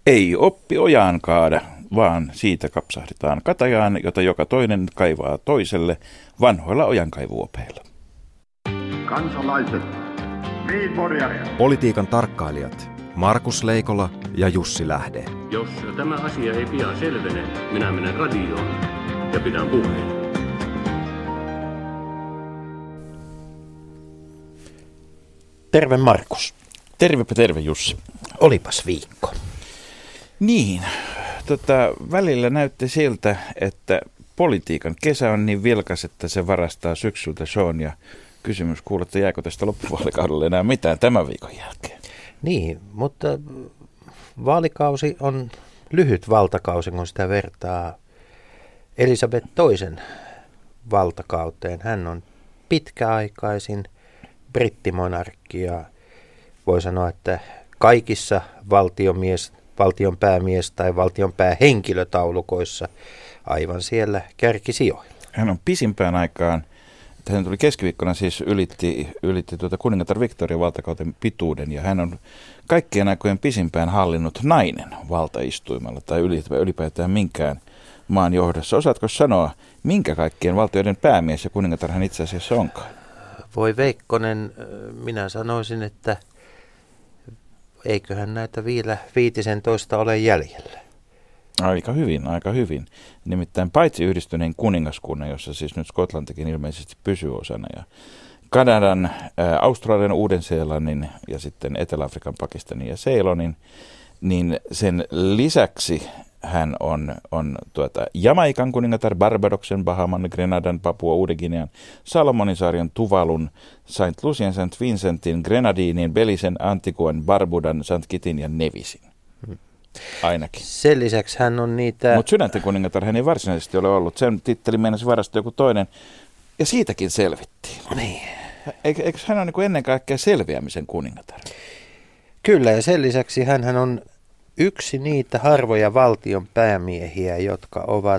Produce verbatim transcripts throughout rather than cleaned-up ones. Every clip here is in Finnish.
Ei oppi ojaan kaada, vaan siitä kapsahdetaan katajaan, jota joka toinen kaivaa toiselle vanhoilla ojankaivuopeilla. Kansalaiset, politiikan tarkkailijat Markus Leikola ja Jussi Lähde. Jos tämä asia ei pian selvene, minä menen radioon ja pidän puheen. Terve Markus. Tervepä terve Jussi. Olipas viikko. Niin, tota, välillä näytti siltä, että politiikan kesä on niin vilkas, että se varastaa syksyltä shown. Ja kysymys kuuluu, että jääkö tästä loppuvaalikaudella enää mitään tämän viikon jälkeen? Niin, mutta vaalikausi on lyhyt valtakausi, kun sitä vertaa Elisabeth toisen valtakauteen. Hän on pitkäaikaisin brittimonarkki ja voi sanoa, että kaikissa valtiomies, valtion päämies tai valtion päähenkilötaulukoissa aivan siellä kärkisijoilla. Hän on pisimpään aikaan, hän tuli keskiviikkona siis ylitti, ylitti tuota kuningatar Victorian valtakauten pituuden ja hän on kaikkien aikojen pisimpään hallinnut nainen valtaistuimella tai ylipäätään minkään maan johdossa. Osaatko sanoa, minkä kaikkien valtioiden päämies ja kuningatar hän itse asiassa onkaan? Voi Veikkonen, minä sanoisin, että eiköhän näitä vielä viitisentoista ole jäljellä. Aika hyvin, aika hyvin. Nimittäin paitsi yhdistyneen kuningaskunnan, jossa siis nyt Skotlantikin ilmeisesti pysyy osana, ja Kanadan, ää, Australian, Uuden-Seelannin ja sitten Etelä-Afrikan, Pakistanin ja Seilonin, niin sen lisäksi hän on, on tuota, Jamaikan kuningatar, Barbadoksen, Bahaman, Grenadan, Papua, Uuden-Guinean, Salomoninsaarien, Tuvalun, Saint Lucian, Saint Vincentin, Grenadinin, Belisen, Antiguan, Barbudan, Saint Kittin ja Nevisin. Hmm. Ainakin. Sen lisäksi hän on niitä... Mutta sydänten kuningatar hän ei varsinaisesti ole ollut. Sen titteli meinasi varastaa joku toinen. Ja siitäkin selvittiin. Niin. Eikö, eikö hän ole niin kuin ennen kaikkea selviämisen kuningatar? Kyllä, ja sen lisäksi hän on yksi niitä harvoja valtion päämiehiä, jotka ovat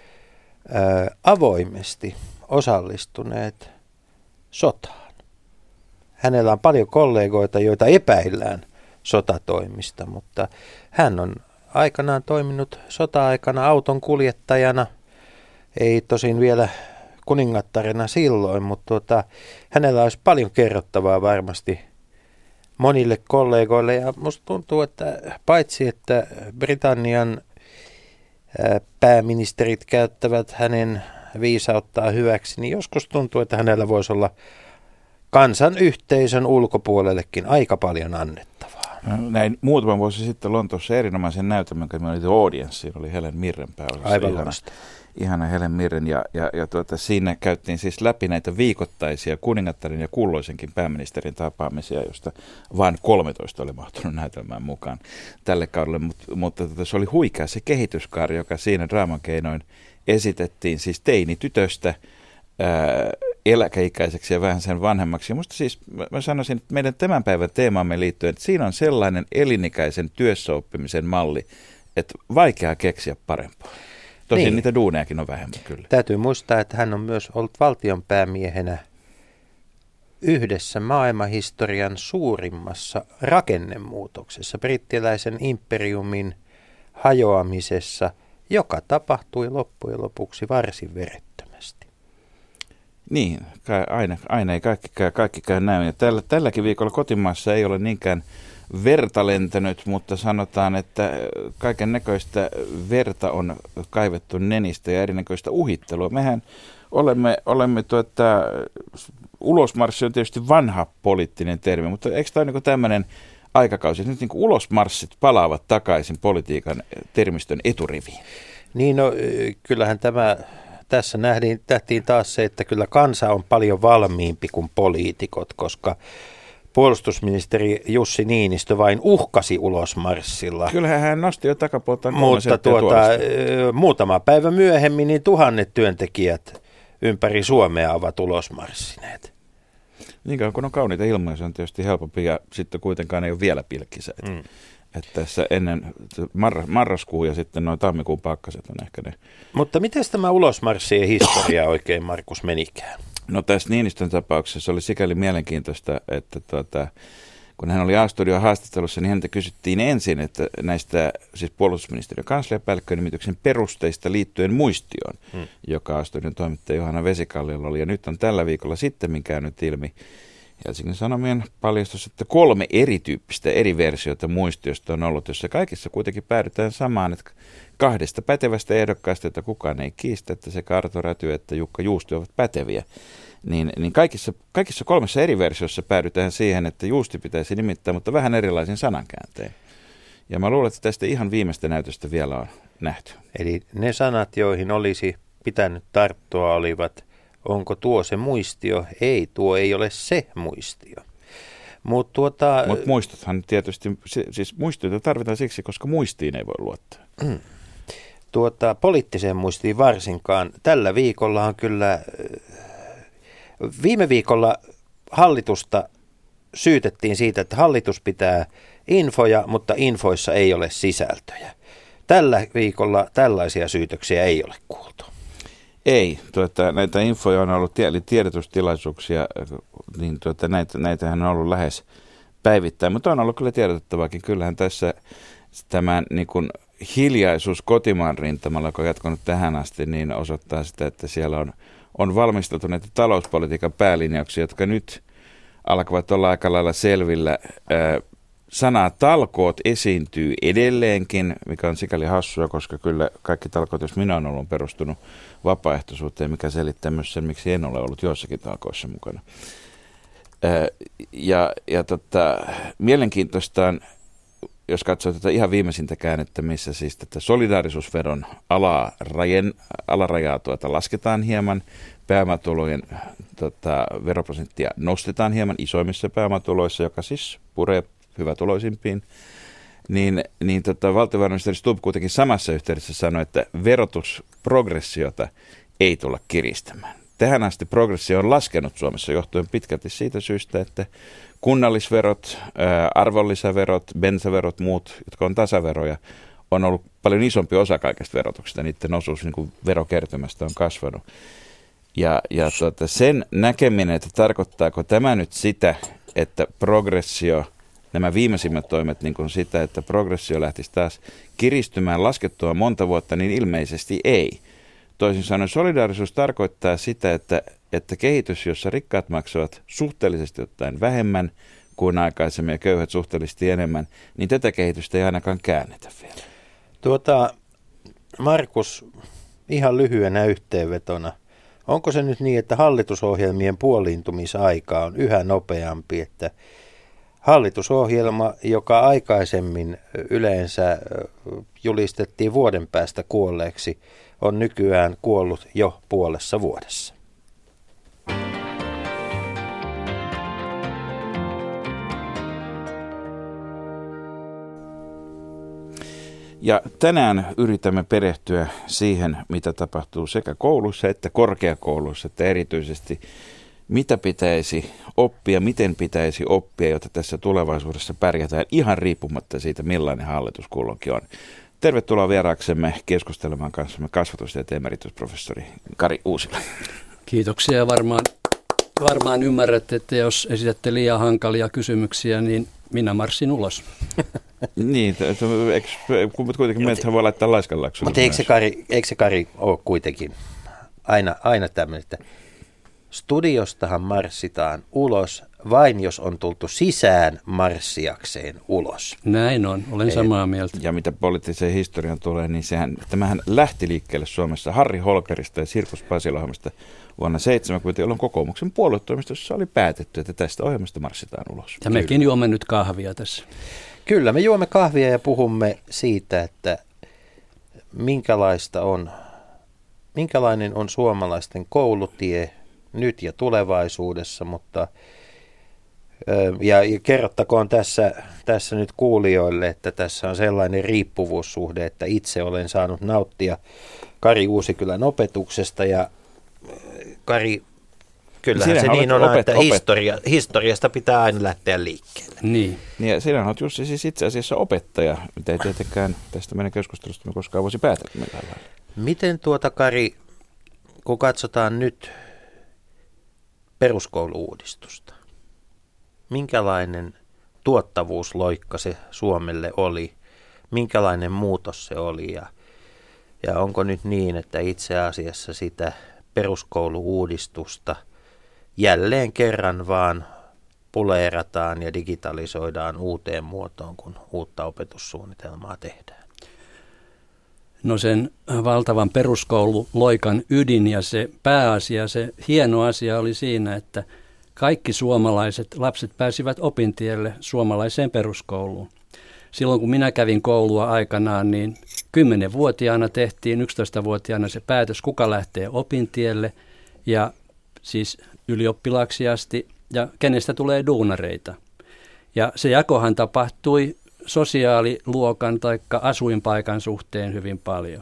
ä, avoimesti osallistuneet sotaan. Hänellä on paljon kollegoita, joita epäillään sotatoimista, mutta hän on aikanaan toiminut sota-aikana auton kuljettajana, ei tosin vielä kuningattarena silloin, mutta tuota, hänellä olisi paljon kerrottavaa varmasti monille kollegoille ja musta tuntuu, että paitsi että Britannian pääministerit käyttävät hänen viisauttaa hyväksi, niin joskus tuntuu, että hänellä voisi olla kansan yhteisön ulkopuolellekin aika paljon annettavaa. Näin muutama vuosi sitten Lontoossa erinomaisen näytelmän, kun oli The Audience, siinä oli Helen Mirren pääosassa. Aivan ihana, loista. ihana Helen Mirren ja, ja, ja tuota, siinä käyttiin siis läpi näitä viikoittaisia kuningattarin ja kulloisenkin pääministerin tapaamisia, josta vain kolmetoista oli mahtunut näytelmään mukaan tälle kaudelle, Mut, mutta tuota, se oli huikea se kehityskaari, joka siinä draaman keinoin esitettiin siis teinitytöstä ää, eläkeikäiseksi ja vähän sen vanhemmaksi. Ja musta siis mä sanoisin, että meidän tämän päivän teemaamme liittyen, että siinä on sellainen elinikäisen työssäoppimisen malli, että vaikea keksiä parempaa. Tosin niin. Niitä duunejakin on vähemmän kyllä. Täytyy muistaa, että hän on myös ollut valtionpäämiehenä yhdessä maailmanhistorian suurimmassa rakennemuutoksessa, brittiläisen imperiumin hajoamisessa, joka tapahtui loppujen lopuksi varsin verettömästi. Niin, aina, aina ei kaikki, kaikki käy näin. Ja tällä, tälläkin viikolla kotimaassa ei ole niinkään verta lentänyt, mutta sanotaan, että kaiken näköistä verta on kaivettu nenistä ja erinäköistä uhittelua. Mehän olemme, olemme tuota, ulosmarssi on tietysti vanha poliittinen termi, mutta eikö tämä ole niin tämmöinen aikakausi, että nyt niin ulosmarssit palaavat takaisin politiikan termistön eturiviin? Niin, no kyllähän tämä... Tässä nähtiin, nähtiin taas se, että kyllä kansa on paljon valmiimpi kuin poliitikot, koska puolustusministeri Jussi Niinistö vain uhkasi ulosmarssilla. Kyllähän hän nosti jo takapuoltaan. Mutta tuota, muutama päivä myöhemmin niin tuhannet työntekijät ympäri Suomea ovat ulosmarssineet. Niin kauan kun on kauniita ilmoja, se on tietysti helpompi ja sitten kuitenkaan ei ole vielä pilkkisäitä. Mm. Että tässä ennen mar- marraskuu ja sitten noin tammikuun pakkaset on ehkä ne. Mutta miten tämä ulosmarssien historia oikein, Markus, menikään? No tässä Niinistön tapauksessa oli sikäli mielenkiintoista, että tuota, kun hän oli A-studion haastattelussa, niin häntä kysyttiin ensin, että näistä siis puolustusministeriön kansliapäällikköön nimityksen perusteista liittyen muistioon, hmm. joka A-studion toimittaja Johanna Vesikalliolla oli. Ja nyt on tällä viikolla sitten käynyt ilmi Helsingin Sanomien paljastus, että kolme erityyppistä eri versioita muistiosta on ollut, jossa kaikissa kuitenkin päädytään samaan, että kahdesta pätevästä ehdokkaasta, jota kukaan ei kiistä, että sekä Arto Räty että Jukka Juusti ovat päteviä. Niin, niin kaikissa, kaikissa kolmessa eri versiossa päädytään siihen, että Juusti pitäisi nimittää, mutta vähän erilaisin sanankääntein. Ja mä luulen, että tästä ihan viimeistä näytöstä vielä on nähty. Eli ne sanat, joihin olisi pitänyt tarttua, olivat, onko tuo se muistio? Ei, tuo ei ole se muistio. Mutta tuota, Mut muistothan tietysti, siis muistioita tarvitaan siksi, koska muistiin ei voi luottaa. Mm. Tuota, poliittiseen muistiin varsinkaan. Tällä viikollahan kyllä... Viime viikolla hallitusta syytettiin siitä, että hallitus pitää infoja, mutta infoissa ei ole sisältöjä. Tällä viikolla tällaisia syytöksiä ei ole kuultu. Ei, tuota, näitä infoja on ollut, eli tiedotustilaisuuksia, niin tuota, näitä, näitähän on ollut lähes päivittäin, mutta on ollut kyllä tiedotettavaakin. Kyllähän tässä tämä niin kuin hiljaisuus kotimaan rintamalla, joka on jatkunut tähän asti, niin osoittaa sitä, että siellä on on valmisteltu näitä talouspolitiikan päälinjauksia, jotka nyt alkavat olla aika lailla selvillä. Sana talkoot esiintyy edelleenkin, mikä on sikäli hassua, koska kyllä kaikki talkoot, jos minä olen ollut, on perustunut vapaaehtoisuuteen, mikä selittää myös sen, miksi en ole ollut joissakin talkoissa mukana. Ja, ja tota, mielenkiintoista on, jos katsoo tätä ihan viimeisintä käännettä, missä siis tätä solidaarisuusveron alarajen, alarajaa tuota lasketaan hieman, pääomatulojen tota, veroprosenttia nostetaan hieman isoimmissa pääomatuloissa, joka siis puree hyvätuloisimpiin, niin, niin tota, valtiovarainministeri Stubb kuitenkin samassa yhteydessä sanoi, että verotusprogressiota ei tulla kiristämään. Tähän asti progressio on laskenut Suomessa johtuen pitkälti siitä syystä, että kunnallisverot, arvonlisäverot, bensaverot, muut, jotka on tasaveroja, on ollut paljon isompi osa kaikesta verotuksesta. Niiden osuus niin kuin verokertymästä on kasvanut. Ja, ja tuota, sen näkeminen, että tarkoittaako tämä nyt sitä, että progressio, nämä viimeisimmät toimet niin kuin sitä, että progressio lähtisi taas kiristymään laskettua monta vuotta, niin ilmeisesti ei. Toisin sanoen solidaarisuus tarkoittaa sitä, että, että kehitys, jossa rikkaat maksavat suhteellisesti ottaen vähemmän kuin aikaisemmin ja köyhät suhteellisesti enemmän, niin tätä kehitystä ei ainakaan käännetä vielä. Tuota, Markus, ihan lyhyenä yhteenvetona. Onko se nyt niin, että hallitusohjelmien puoliintumisaika on yhä nopeampi, että hallitusohjelma, joka aikaisemmin yleensä julistettiin vuoden päästä kuolleeksi, on nykyään kuollut jo puolessa vuodessa? Ja tänään yritämme perehtyä siihen, mitä tapahtuu sekä koulussa että korkeakoulussa, että erityisesti mitä pitäisi oppia, miten pitäisi oppia, jotta tässä tulevaisuudessa pärjätään ihan riippumatta siitä, millainen hallitus kulloinkin on. Tervetuloa vieraaksemme keskustelemaan kanssamme kasvatustieteen emeritusprofessori Kari Uusila. Kiitoksia. Varmaan, varmaan ymmärrätte, että jos esitätte liian hankalia kysymyksiä, niin minä marssin ulos. Niin, mutta kuitenkin meidäthän voi laittaa laiskanlaksuun. Mutta eikö se Kari, eikö se Kari ole kuitenkin aina, aina tämmöinen, että studiostahan marssitaan ulos vain jos on tultu sisään marssiakseen ulos. Näin on, olen samaa mieltä. Ja mitä poliittiseen historiaan tulee, niin sehän, tämähän lähti liikkeelle Suomessa Harri Holkerista ja Sirkus Pasilaohjelmasta vuonna seitsemänkymmentä, jolloin kokoomuksen puoluetoimistossa oli päätetty, että tästä ohjelmasta marssitaan ulos. Ja mekin juomme nyt kahvia tässä. Kyllä, me juomme kahvia ja puhumme siitä, että minkälaista on, minkälainen on suomalaisten koulutie nyt ja tulevaisuudessa, mutta ja kerrottakoon tässä, tässä nyt kuulijoille, että tässä on sellainen riippuvuussuhde, että itse olen saanut nauttia Kari Uusikylän opetuksesta ja Kari, kyllähän Sinähän se niin on, opet- että opet- historia, historiasta pitää aina lähteä liikkeelle. Niin. niin ja sinähän olet Jussi siis itse asiassa opettaja, mitä ei tietenkään tästä meidän keskustelusta me koskaan voisi päätellä. Miten tuota Kari, kun katsotaan nyt peruskoulu-uudistusta, minkälainen tuottavuusloikka se Suomelle oli, minkälainen muutos se oli ja, ja onko nyt niin, että itse asiassa sitä peruskoulu-uudistusta jälleen kerran vaan puleerataan ja digitalisoidaan uuteen muotoon, kun uutta opetussuunnitelmaa tehdään? No sen valtavan peruskoululoikan ydin ja se pääasia, se hieno asia oli siinä, että kaikki suomalaiset lapset pääsivät opintielle suomalaiseen peruskouluun. Silloin kun minä kävin koulua aikanaan, niin kymmenvuotiaana tehtiin, yksitoistavuotiaana se päätös, kuka lähtee opintielle ja siis ylioppilaaksi asti ja kenestä tulee duunareita. Ja se jakohan tapahtui sosiaaliluokan tai asuinpaikan suhteen hyvin paljon.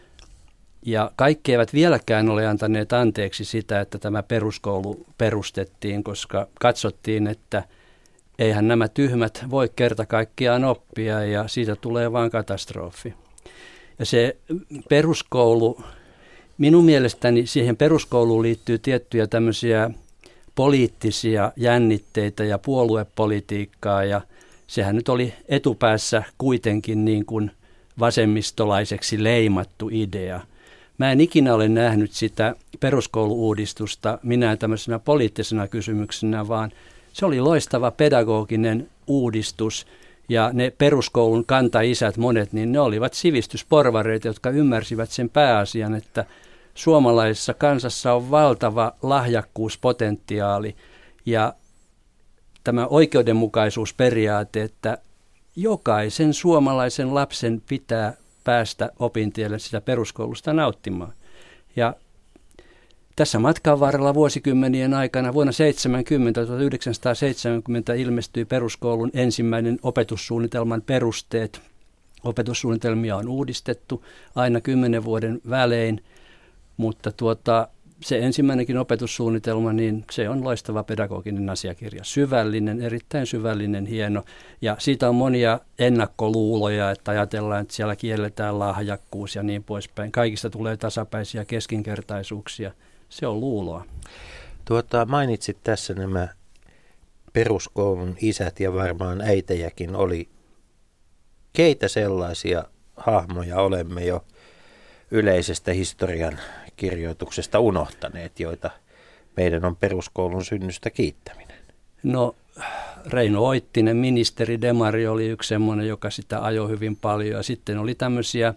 Ja kaikki eivät vieläkään ole antaneet anteeksi sitä, että tämä peruskoulu perustettiin, koska katsottiin, että eihän nämä tyhmät voi kerta kaikkiaan oppia ja siitä tulee vain katastrofi. Ja se peruskoulu, minun mielestäni siihen peruskouluun liittyy tiettyjä tämmöisiä poliittisia jännitteitä ja puoluepolitiikkaa ja sehän nyt oli etupäässä kuitenkin niin kuin vasemmistolaiseksi leimattu idea. Mä en ikinä ole nähnyt sitä peruskoulu-uudistusta minä tämmöisenä poliittisena kysymyksenä, vaan se oli loistava pedagoginen uudistus ja ne peruskoulun kantaisät monet, niin ne olivat sivistysporvareita, jotka ymmärsivät sen pääasian, että suomalaisessa kansassa on valtava lahjakkuuspotentiaali ja tämä oikeudenmukaisuusperiaate, että jokaisen suomalaisen lapsen pitää päästä opintielle sitä peruskoulusta nauttimaan. Ja tässä matkan varrella vuosikymmenien aikana vuonna tuhatyhdeksänsataaseitsemänkymmentä ilmestyi peruskoulun ensimmäinen opetussuunnitelman perusteet. Opetussuunnitelmia on uudistettu aina kymmenen vuoden välein, mutta tuota, se ensimmäinenkin opetussuunnitelma, niin se on loistava pedagoginen asiakirja. Syvällinen, erittäin syvällinen, hieno. Ja siitä on monia ennakkoluuloja, että ajatellaan, että siellä kielletään lahjakkuus ja niin poispäin. Kaikista tulee tasapäisiä keskinkertaisuuksia. Se on luuloa. Tuota, mainitsit tässä nämä peruskoulun isät ja varmaan äitejäkin oli. Keitä sellaisia hahmoja olemme jo yleisestä historian kirjoituksesta unohtaneet, joita meidän on peruskoulun synnystä kiittäminen? No Reino Oittinen, ministeri Demari, oli yksi semmoinen, joka sitä ajoi hyvin paljon. Ja sitten oli tämmöisiä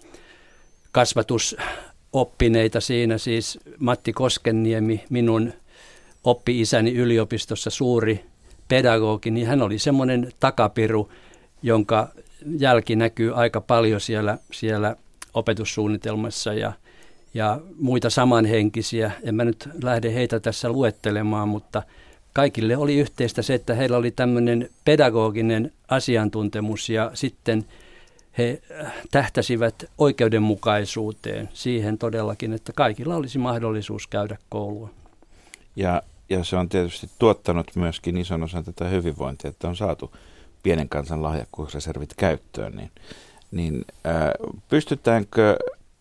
kasvatusoppineita siinä, siis Matti Koskenniemi, minun oppi-isäni yliopistossa, suuri pedagogi, niin hän oli semmoinen takapiru, jonka jälki näkyy aika paljon siellä, siellä opetussuunnitelmassa ja ja muita samanhenkisiä. En mä nyt lähde heitä tässä luettelemaan, mutta kaikille oli yhteistä se, että heillä oli tämmöinen pedagoginen asiantuntemus ja sitten he tähtäsivät oikeudenmukaisuuteen siihen todellakin, että kaikilla olisi mahdollisuus käydä koulua. Ja, ja se on tietysti tuottanut myöskin ison osan tätä hyvinvointia, että on saatu pienen kansan lahjakkuusreservit käyttöön. Niin, niin ää, pystytäänkö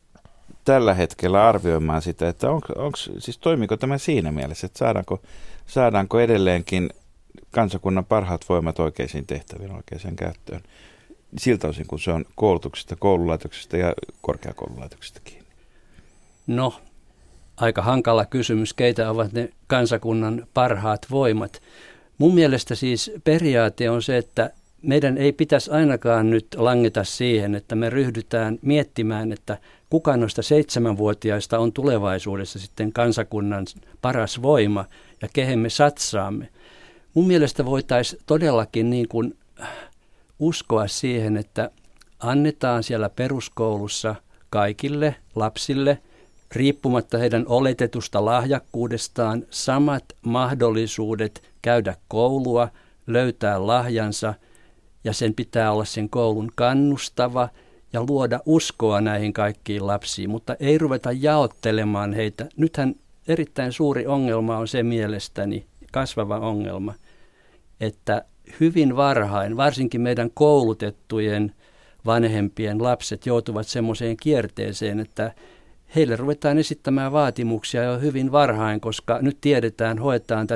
tällä hetkellä arvioimaan sitä, että onko, onko, siis toimiko tämä siinä mielessä, että saadaanko, saadaanko edelleenkin kansakunnan parhaat voimat oikeisiin tehtäviin, oikeaan käyttöön, siltä osin kun se on koulutuksesta, koululaitoksesta ja korkeakoululaitoksesta kiinni? No, aika hankala kysymys, keitä ovat ne kansakunnan parhaat voimat. Mun mielestä siis periaate on se, että meidän ei pitäisi ainakaan nyt langeta siihen, että me ryhdytään miettimään, että kuka noista seitsemänvuotiaista on tulevaisuudessa sitten kansakunnan paras voima ja kehen me satsaamme. Mun mielestä voitaisiin todellakin niin kuin uskoa siihen, että annetaan siellä peruskoulussa kaikille lapsille, riippumatta heidän oletetusta lahjakkuudestaan, samat mahdollisuudet käydä koulua, löytää lahjansa ja sen pitää olla sen koulun kannustava ja luoda uskoa näihin kaikkiin lapsiin, mutta ei ruveta jaottelemaan heitä. Nythän erittäin suuri ongelma on se mielestäni, kasvava ongelma, että hyvin varhain, varsinkin meidän koulutettujen vanhempien lapset joutuvat semmoiseen kierteeseen, että heille ruvetaan esittämään vaatimuksia jo hyvin varhain, koska nyt tiedetään, hoetaan tätä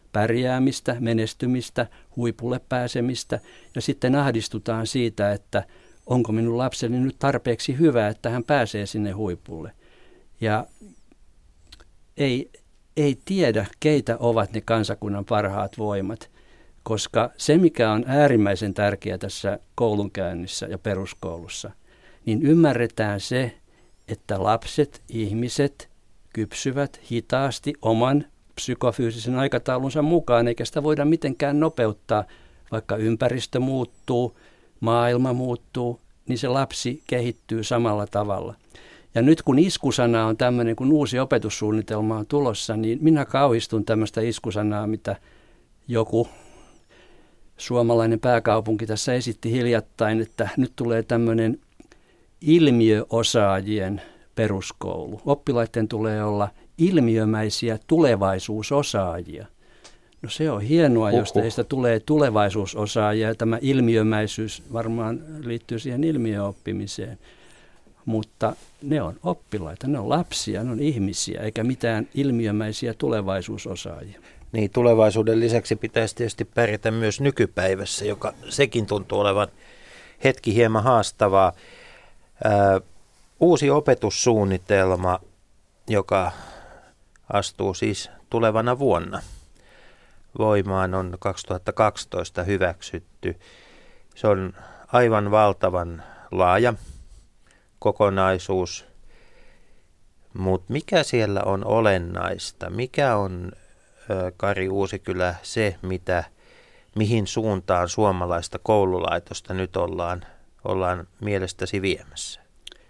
pärjäämistä, menestymistä, huipulle pääsemistä ja sitten ahdistutaan siitä, että onko minun lapseni nyt tarpeeksi hyvä, että hän pääsee sinne huipulle. Ja ei, ei tiedä, keitä ovat ne kansakunnan parhaat voimat, koska se, mikä on äärimmäisen tärkeää tässä koulunkäynnissä ja peruskoulussa, niin ymmärretään se, että lapset, ihmiset kypsyvät hitaasti oman psykofyysisen aikataulunsa mukaan, eikä sitä voida mitenkään nopeuttaa, vaikka ympäristö muuttuu, maailma muuttuu, niin se lapsi kehittyy samalla tavalla. Ja nyt kun iskusana on tämmöinen, kun uusi opetussuunnitelma on tulossa, niin minä kauhistun tämmöistä iskusanaa, mitä joku suomalainen pääkaupunki tässä esitti hiljattain, että nyt tulee tämmöinen ilmiöosaajien peruskoulu. Oppilaiden tulee olla ilmiömäisiä tulevaisuusosaajia. No se on hienoa, jos teistä tulee tulevaisuusosaajia. Tämä ilmiömäisyys varmaan liittyy siihen ilmiöoppimiseen. Mutta ne on oppilaita, ne on lapsia, ne on ihmisiä, eikä mitään ilmiömäisiä tulevaisuusosaajia. Niin, tulevaisuuden lisäksi pitäisi tietysti pärjätä myös nykypäivässä, joka sekin tuntuu olevan hetki hieman haastavaa. Ää, uusi opetussuunnitelma, joka astuu siis tulevana vuonna voimaan, on kaksituhattakaksitoista hyväksytty. Se on aivan valtavan laaja kokonaisuus, mutta mikä siellä on olennaista? Mikä on, Kari Uusikylä, se, mitä, mihin suuntaan suomalaista koululaitosta nyt ollaan, ollaan mielestäsi viemässä?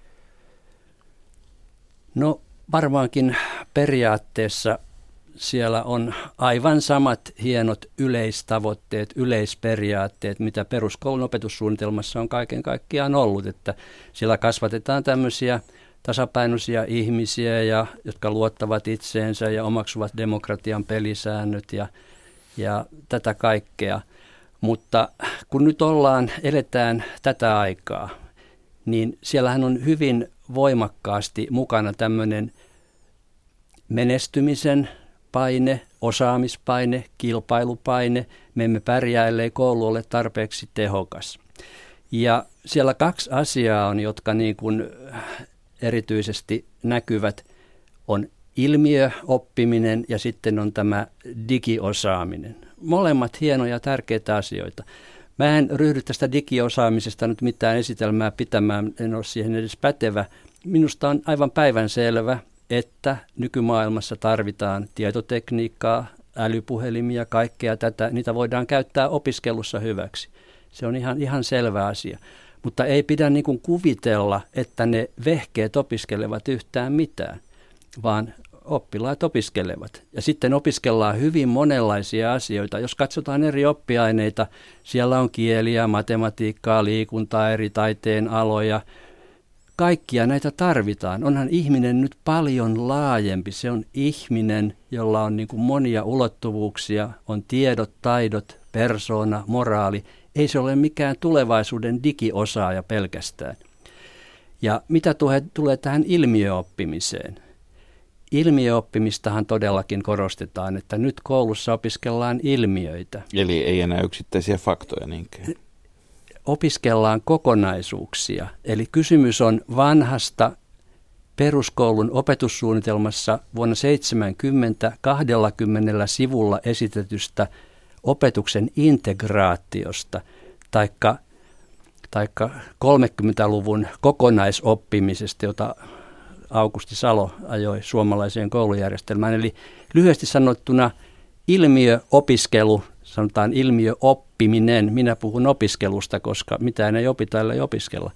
No varmaankin periaatteessa siellä on aivan samat hienot yleistavoitteet, yleisperiaatteet, mitä peruskoulun opetussuunnitelmassa on kaiken kaikkiaan ollut, että siellä kasvatetaan tämmöisiä tasapainoisia ihmisiä, ja, jotka luottavat itseensä ja omaksuvat demokratian pelisäännöt ja, ja tätä kaikkea. Mutta kun nyt ollaan, eletään tätä aikaa, niin siellähän on hyvin voimakkaasti mukana tämmöinen menestymisen paine, osaamispaine, kilpailupaine. Me emme pärjää, ellei koulu ole tarpeeksi tehokas. Ja siellä kaksi asiaa on, jotka niin kuin erityisesti näkyvät, on ilmiöoppiminen ja sitten on tämä digiosaaminen. Molemmat hienoja tärkeitä asioita. Mä en ryhdy tästä digiosaamisesta nyt mitään esitelmää pitämään, en ole siihen edes pätevä. Minusta on aivan päivänselvä, että nykymaailmassa tarvitaan tietotekniikkaa, älypuhelimia, kaikkea tätä. Niitä voidaan käyttää opiskelussa hyväksi. Se on ihan, ihan selvä asia. Mutta ei pidä niin kuin kuvitella, että ne vehkeet opiskelevat yhtään mitään, vaan oppilaat opiskelevat. Ja sitten opiskellaan hyvin monenlaisia asioita. Jos katsotaan eri oppiaineita, siellä on kieliä, matematiikkaa, liikuntaa, eri taiteen aloja. Kaikkia näitä tarvitaan. Onhan ihminen nyt paljon laajempi. Se on ihminen, jolla on niin kuin monia ulottuvuuksia, on tiedot, taidot, persoona, moraali. Ei se ole mikään tulevaisuuden digiosaaja pelkästään. Ja mitä tulee tähän ilmiöoppimiseen? Ilmiöoppimistahan todellakin korostetaan, että nyt koulussa opiskellaan ilmiöitä. Eli ei enää yksittäisiä faktoja niinkään. Opiskellaan kokonaisuuksia. Eli kysymys on vanhasta peruskoulun opetussuunnitelmassa vuonna seitsemänkymmentä kaksikymmentä sivulla esitetystä opetuksen integraatiosta, taikka, taikka kolmekymmentäluvun kokonaisoppimisesta, jota Aukusti Salo ajoi suomalaiseen koulujärjestelmään. Eli lyhyesti sanottuna ilmiöopiskelu, sanotaan ilmiöoppiminen, minä puhun opiskelusta, koska mitään ei opita, ellei opiskella.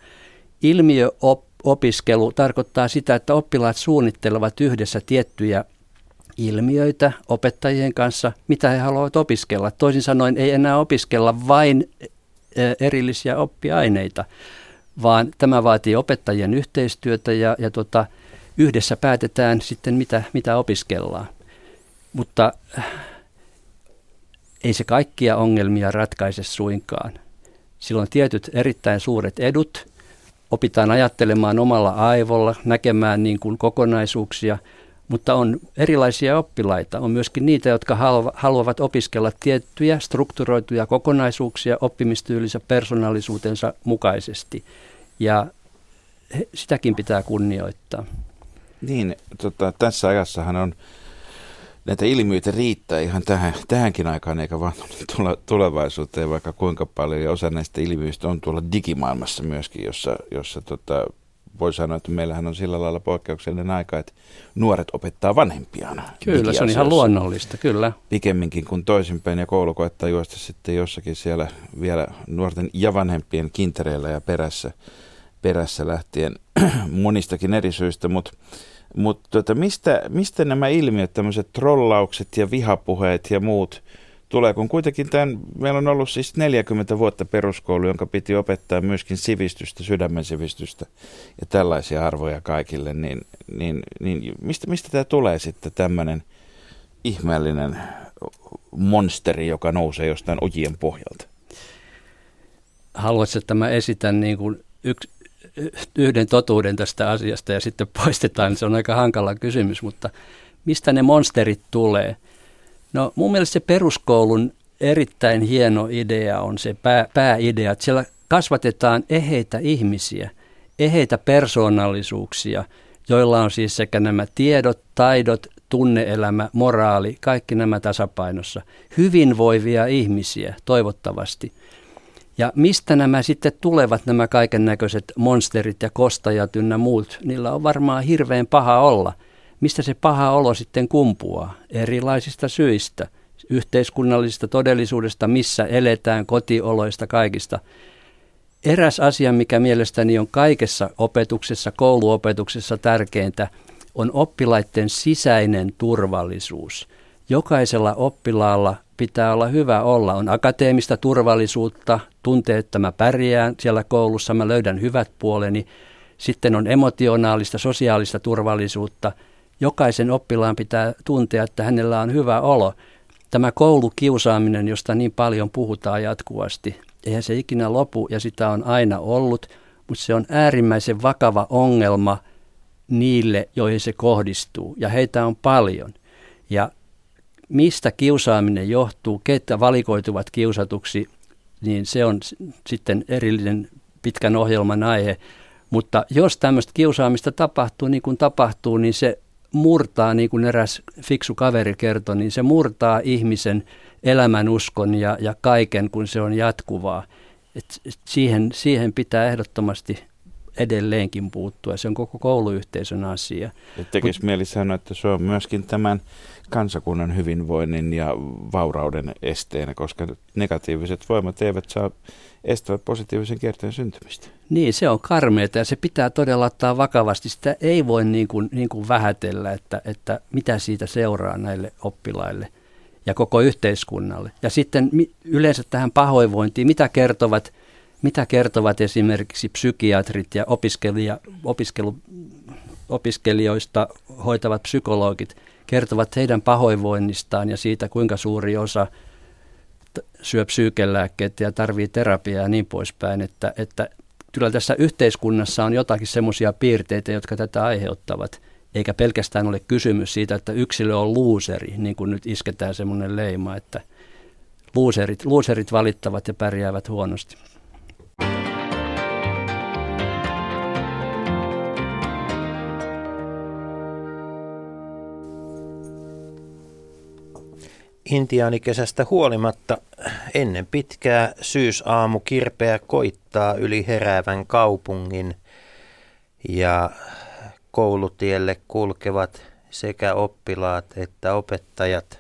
Ilmiöopiskelu tarkoittaa sitä, että oppilaat suunnittelevat yhdessä tiettyjä ilmiöitä opettajien kanssa, mitä he haluavat opiskella. Toisin sanoen ei enää opiskella vain erillisiä oppiaineita, vaan tämä vaatii opettajien yhteistyötä ja, ja tota, yhdessä päätetään sitten, mitä, mitä opiskellaan. Mutta ei se kaikkia ongelmia ratkaise suinkaan. Sillä on tietyt erittäin suuret edut. Opitaan ajattelemaan omalla aivolla, näkemään niin kuin kokonaisuuksia, Mutta on erilaisia oppilaita. On myöskin niitä, jotka haluavat opiskella tiettyjä strukturoituja kokonaisuuksia oppimistyylinsä persoonallisuutensa mukaisesti. Ja sitäkin pitää kunnioittaa. Niin, tota, tässä ajassahan on näitä ilmiöitä riittää ihan tähän, tähänkin aikaan, eikä vaan tulevaisuuteen vaikka kuinka paljon. Ja osa näistä ilmiöistä on tuolla digimaailmassa myöskin, jossa, jossa tota, voi sanoa, että meillähän on sillä lailla poikkeuksellinen aika, että nuoret opettaa vanhempiaan. Kyllä, se on ihan luonnollista, kyllä. Pikemminkin kuin toisinpäin, ja koulu koettaa juosta sitten jossakin siellä vielä nuorten ja vanhempien kintereillä ja perässä, perässä lähtien monistakin eri syistä, mutta Mutta tuota, mistä, mistä nämä ilmiöt, tämmöiset trollaukset ja vihapuheet ja muut tulee, kun kuitenkin tämän, meillä on ollut siis neljäkymmentä vuotta peruskoulu, jonka piti opettaa myöskin sivistystä, sydämen sivistystä ja tällaisia arvoja kaikille, niin, niin, niin mistä, mistä tämä tulee sitten tämmöinen ihmeellinen monsteri, joka nousee jostain ojien pohjalta? Haluatko, että mä esitän niin kuin yksi yhden totuuden tästä asiasta ja sitten poistetaan, se on aika hankala kysymys, mutta mistä ne monsterit tulee? No mun mielestä se peruskoulun erittäin hieno idea on se pää, pääidea, että siellä kasvatetaan eheitä ihmisiä, eheitä persoonallisuuksia, joilla on siis sekä nämä tiedot, taidot, tunne-elämä, moraali, kaikki nämä tasapainossa. Hyvinvoivia ihmisiä toivottavasti. Ja mistä nämä sitten tulevat, nämä kaiken näköiset monsterit ja kostajat ynnä muut, niillä on varmaan hirveän paha olla. Mistä se paha olo sitten kumpuaa? Erilaisista syistä, yhteiskunnallisesta todellisuudesta, missä eletään, kotioloista, kaikista. Eräs asia, mikä mielestäni on kaikessa opetuksessa, kouluopetuksessa tärkeintä, on oppilaiden sisäinen turvallisuus. Jokaisella oppilaalla pitää olla hyvä olla. On akateemista turvallisuutta, tuntee, että mä pärjään siellä koulussa, mä löydän hyvät puoleni. Sitten on emotionaalista, sosiaalista turvallisuutta. Jokaisen oppilaan pitää tuntea, että hänellä on hyvä olo. Tämä koulukiusaaminen, josta niin paljon puhutaan jatkuvasti, eihän se ikinä lopu ja sitä on aina ollut, mutta se on äärimmäisen vakava ongelma niille, joihin se kohdistuu ja heitä on paljon. Ja mistä kiusaaminen johtuu, ketä valikoituvat kiusatuksi, niin se on sitten erillinen pitkän ohjelman aihe. Mutta jos tämmöistä kiusaamista tapahtuu niin kuin tapahtuu, niin se murtaa, niin kuin eräs fiksu kaveri kertoi, niin se murtaa ihmisen elämänuskon ja, ja kaiken, kun se on jatkuvaa. Et siihen, siihen pitää ehdottomasti edelleenkin puuttua. Se on koko kouluyhteisön asia. Tekisi Mut, mieli sanoa, että se on myöskin tämän kansakunnan hyvinvoinnin ja vaurauden esteenä, koska negatiiviset voimat eivät saa estävät positiivisen kierteen syntymistä. Niin, se on karmeata ja se pitää todella ottaa vakavasti. Sitä ei voi niin kuin, niin kuin vähätellä, että, että mitä siitä seuraa näille oppilaille ja koko yhteiskunnalle. Ja sitten yleensä tähän pahoinvointiin, mitä kertovat, mitä kertovat esimerkiksi psykiatrit ja opiskelija, opiskelu, opiskelijoista hoitavat psykologit, kertovat heidän pahoinvoinnistaan ja siitä, kuinka suuri osa syö psyykelääkkeitä ja tarvii terapiaa ja niin poispäin, että, että kyllä tässä yhteiskunnassa on jotakin semmoisia piirteitä, jotka tätä aiheuttavat, eikä pelkästään ole kysymys siitä, että yksilö on luuseri, niin kuin nyt isketään semmoinen leima, että luuserit, luuserit valittavat ja pärjäävät huonosti. Intiaanikesästä huolimatta ennen pitkää syysaamu kirpeä koittaa yli heräävän kaupungin ja koulutielle kulkevat sekä oppilaat että opettajat.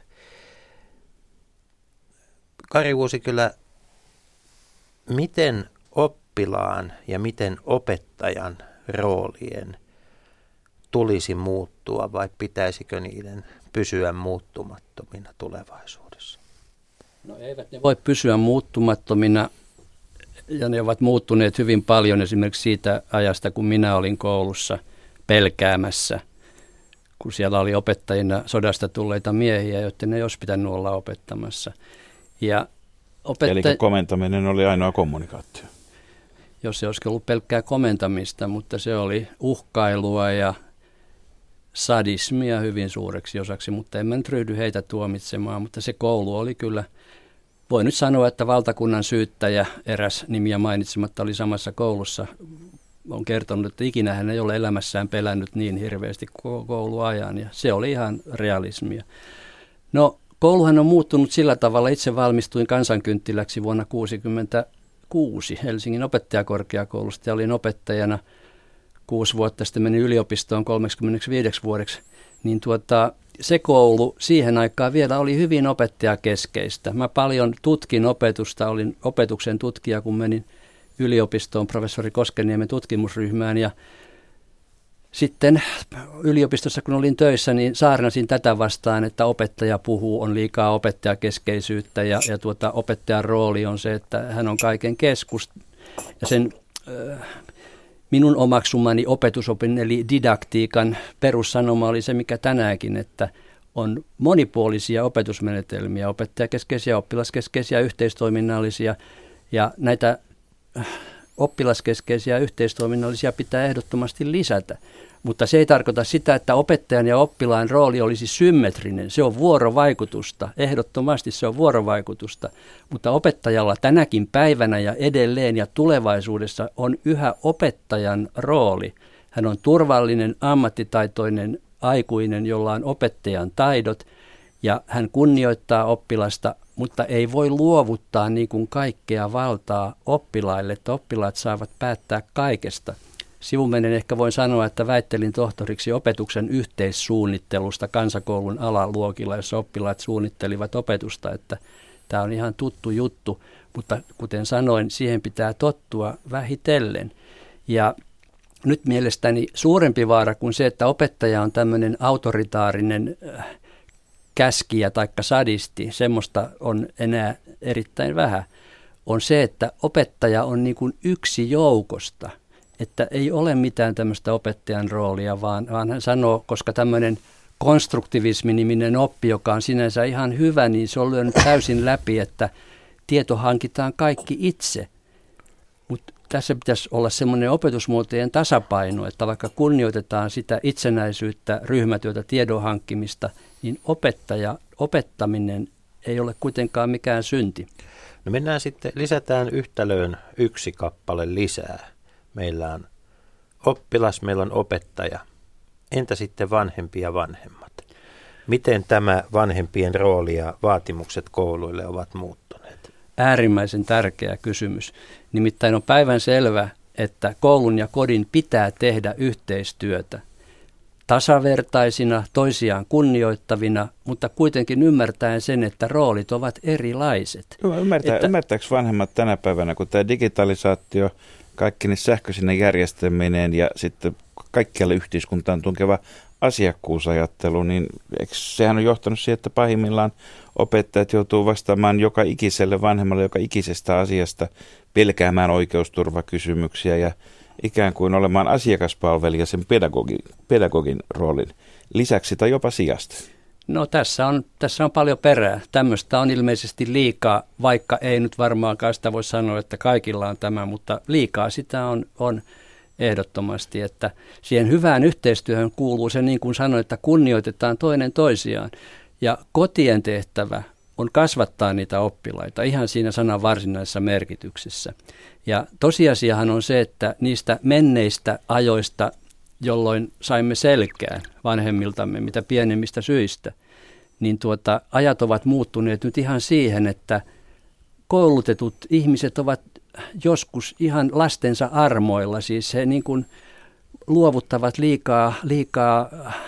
Kari Uusikylä, miten oppilaan ja miten opettajan roolien tulisi muuttua vai pitäisikö niiden pysyä muuttumattomina tulevaisuudessa? No eivät ne voi pysyä muuttumattomina ja ne ovat muuttuneet hyvin paljon esimerkiksi siitä ajasta, kun minä olin koulussa pelkäämässä, kun siellä oli opettajina sodasta tulleita miehiä, joiden ei olisi pitänyt olla opettamassa. Ja opetta- Eli komentaminen oli ainoa kommunikaatio. Jos se olisi ollut pelkkää komentamista, mutta se oli uhkailua ja sadismia hyvin suureksi osaksi, mutta en mä nyt ryhdy heitä tuomitsemaan, mutta se koulu oli kyllä, voi nyt sanoa, että valtakunnan syyttäjä, eräs nimiä mainitsematta, oli samassa koulussa, on kertonut, että ikinä hän ei ole elämässään pelännyt niin hirveästi kouluajan, ja se oli ihan realismia. No, kouluhan on muuttunut sillä tavalla, itse valmistuin kansankynttiläksi vuonna tuhatyhdeksänsataakuusikymmentäkuusi Helsingin opettajakorkeakoulusta ja olin opettajana kuusi vuotta, sitten menin yliopistoon kolmekymmentäviisi vuodeksi, niin tuota, se koulu siihen aikaan vielä oli hyvin opettajakeskeistä. Mä paljon tutkin opetusta, olin opetuksen tutkija, kun menin yliopistoon professori Koskenniemen tutkimusryhmään ja sitten yliopistossa, kun olin töissä, niin saarnasin tätä vastaan, että opettaja puhuu, on liikaa opettajakeskeisyyttä ja, ja tuota, opettajan rooli on se, että hän on kaiken keskus. Ja sen äh, minun omaksumani opetusopin eli didaktiikan perussanoma oli se, mikä tänäänkin, että on monipuolisia opetusmenetelmiä, opettajakeskeisiä, oppilaskeskeisiä, yhteistoiminnallisia ja näitä oppilaskeskeisiä yhteistoiminnallisia pitää ehdottomasti lisätä, mutta se ei tarkoita sitä, että opettajan ja oppilaan rooli olisi symmetrinen. Se on vuorovaikutusta, ehdottomasti se on vuorovaikutusta, mutta opettajalla tänäkin päivänä ja edelleen ja tulevaisuudessa on yhä opettajan rooli. Hän on turvallinen, ammattitaitoinen aikuinen, jolla on opettajan taidot ja hän kunnioittaa oppilasta, mutta ei voi luovuttaa niin kuin kaikkea valtaa oppilaille, että oppilaat saavat päättää kaikesta. Sivumennen ehkä voin sanoa, että väittelin tohtoriksi opetuksen yhteissuunnittelusta kansakoulun alaluokilla, jossa oppilaat suunnittelivat opetusta, että tämä on ihan tuttu juttu, mutta kuten sanoin, siihen pitää tottua vähitellen. Ja nyt mielestäni suurempi vaara kuin se, että opettaja on tämmöinen autoritaarinen käskijä tai sadisti, semmoista on enää erittäin vähän, on se, että opettaja on niin kuin yksi joukosta, että ei ole mitään tämmöistä opettajan roolia, vaan, vaan hän sanoo, koska tämmöinen konstruktivismi-niminen oppi, joka on sinänsä ihan hyvä, niin se on lyönyt täysin läpi, että tieto hankitaan kaikki itse. Mutta tässä pitäisi olla semmoinen opetusmuotojen tasapaino, että vaikka kunnioitetaan sitä itsenäisyyttä, ryhmätyötä, tiedon hankkimista, niin opettaja, opettaminen ei ole kuitenkaan mikään synti. No mennään sitten, lisätään yhtälöön yksi kappale lisää. Meillä on oppilas, meillä on opettaja. Entä sitten vanhempi ja vanhemmat? Miten tämä vanhempien rooli ja vaatimukset kouluille ovat muuttuneet? Äärimmäisen tärkeä kysymys. Nimittäin on päivänselvä, että koulun ja kodin pitää tehdä yhteistyötä tasavertaisina, toisiaan kunnioittavina, mutta kuitenkin ymmärtäen sen, että roolit ovat erilaiset. Ymmärtää, että, ymmärtääkö vanhemmat tänä päivänä, kun tämä digitalisaatio, kaikki ne sähköisinen järjestelminen ja sitten kaikkialle yhteiskuntaan tunkeva asiakkuusajattelu, niin eikö sehän on johtanut siihen, että pahimmillaan opettajat joutuu vastaamaan joka ikiselle vanhemmalle joka ikisestä asiasta, pelkäämään oikeusturvakysymyksiä ja ikään kuin olemaan asiakaspalvelija sen pedagogin, pedagogin roolin lisäksi tai jopa sijasta. No tässä on, tässä on paljon perää. Tämmöistä on ilmeisesti liikaa, vaikka ei nyt varmaankaan sitä voi sanoa, että kaikilla on tämä, mutta liikaa sitä on, on ehdottomasti, että siihen hyvään yhteistyöhön kuuluu se, niin kuin sanoin, että kunnioitetaan toinen toisiaan. Ja kotien tehtävä on kasvattaa niitä oppilaita ihan siinä sanan varsinaisessa merkityksessä. Ja tosiasiahan on se, että niistä menneistä ajoista, jolloin saimme selkään vanhemmiltamme mitä pienemmistä syistä, niin tuota, ajat ovat muuttuneet nyt ihan siihen, että koulutetut ihmiset ovat joskus ihan lastensa armoilla, siis he niin kuin luovuttavat liikaa, liikaa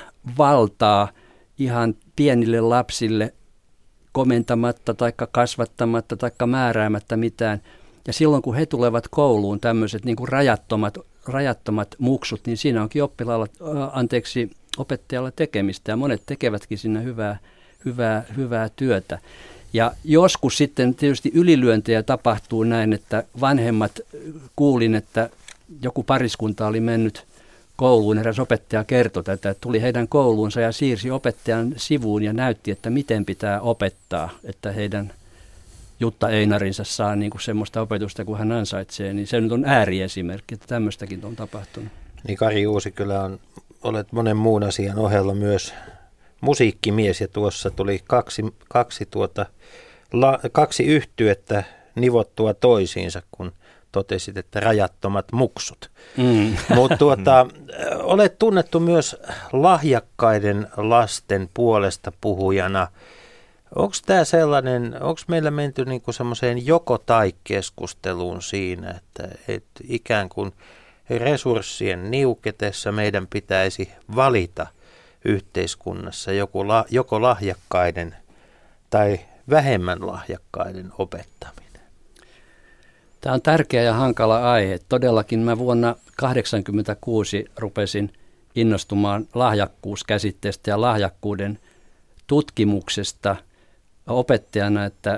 valtaa ihan pienille lapsille komentamatta tai kasvattamatta tai määräämättä mitään. Ja silloin kun he tulevat kouluun, tämmöiset niin kuin rajattomat, rajattomat muksut, niin siinä onkin oppilaalla, anteeksi, opettajalla tekemistä ja monet tekevätkin siinä hyvää, hyvää, hyvää työtä. Ja joskus sitten tietysti ylilyöntejä tapahtuu näin, että vanhemmat, kuulin, että joku pariskunta oli mennyt kouluun, eräs opettaja kertoi tätä, että tuli heidän kouluunsa ja siirsi opettajan sivuun ja näytti, että miten pitää opettaa, että heidän Jutta Einarinsa saa niin kuin semmoista opetusta, kun hän ansaitsee, niin se nyt on ääriesimerkki, että tämmöistäkin on tapahtunut. Niin Kari Uusikylä on olet monen muun asian ohella myös musiikkimies ja tuossa tuli kaksi, kaksi, tuota, la, kaksi yhtyettä nivottua toisiinsa, kun totesit, että rajattomat muksut. Mm. Mutta tuota, olet tunnettu myös lahjakkaiden lasten puolesta puhujana. Onko tämä sellainen, onko meillä menty niinku semmoiseen joko-tai-keskusteluun siinä, että et ikään kuin resurssien niuketessa meidän pitäisi valita yhteiskunnassa joku la, joko lahjakkaiden tai vähemmän lahjakkaiden opettaminen? Tämä on tärkeä ja hankala aihe. Todellakin mä vuonna tuhatyhdeksänsataakahdeksankymmentäkuusi rupesin innostumaan lahjakkuuskäsitteestä ja lahjakkuuden tutkimuksesta opettajana että,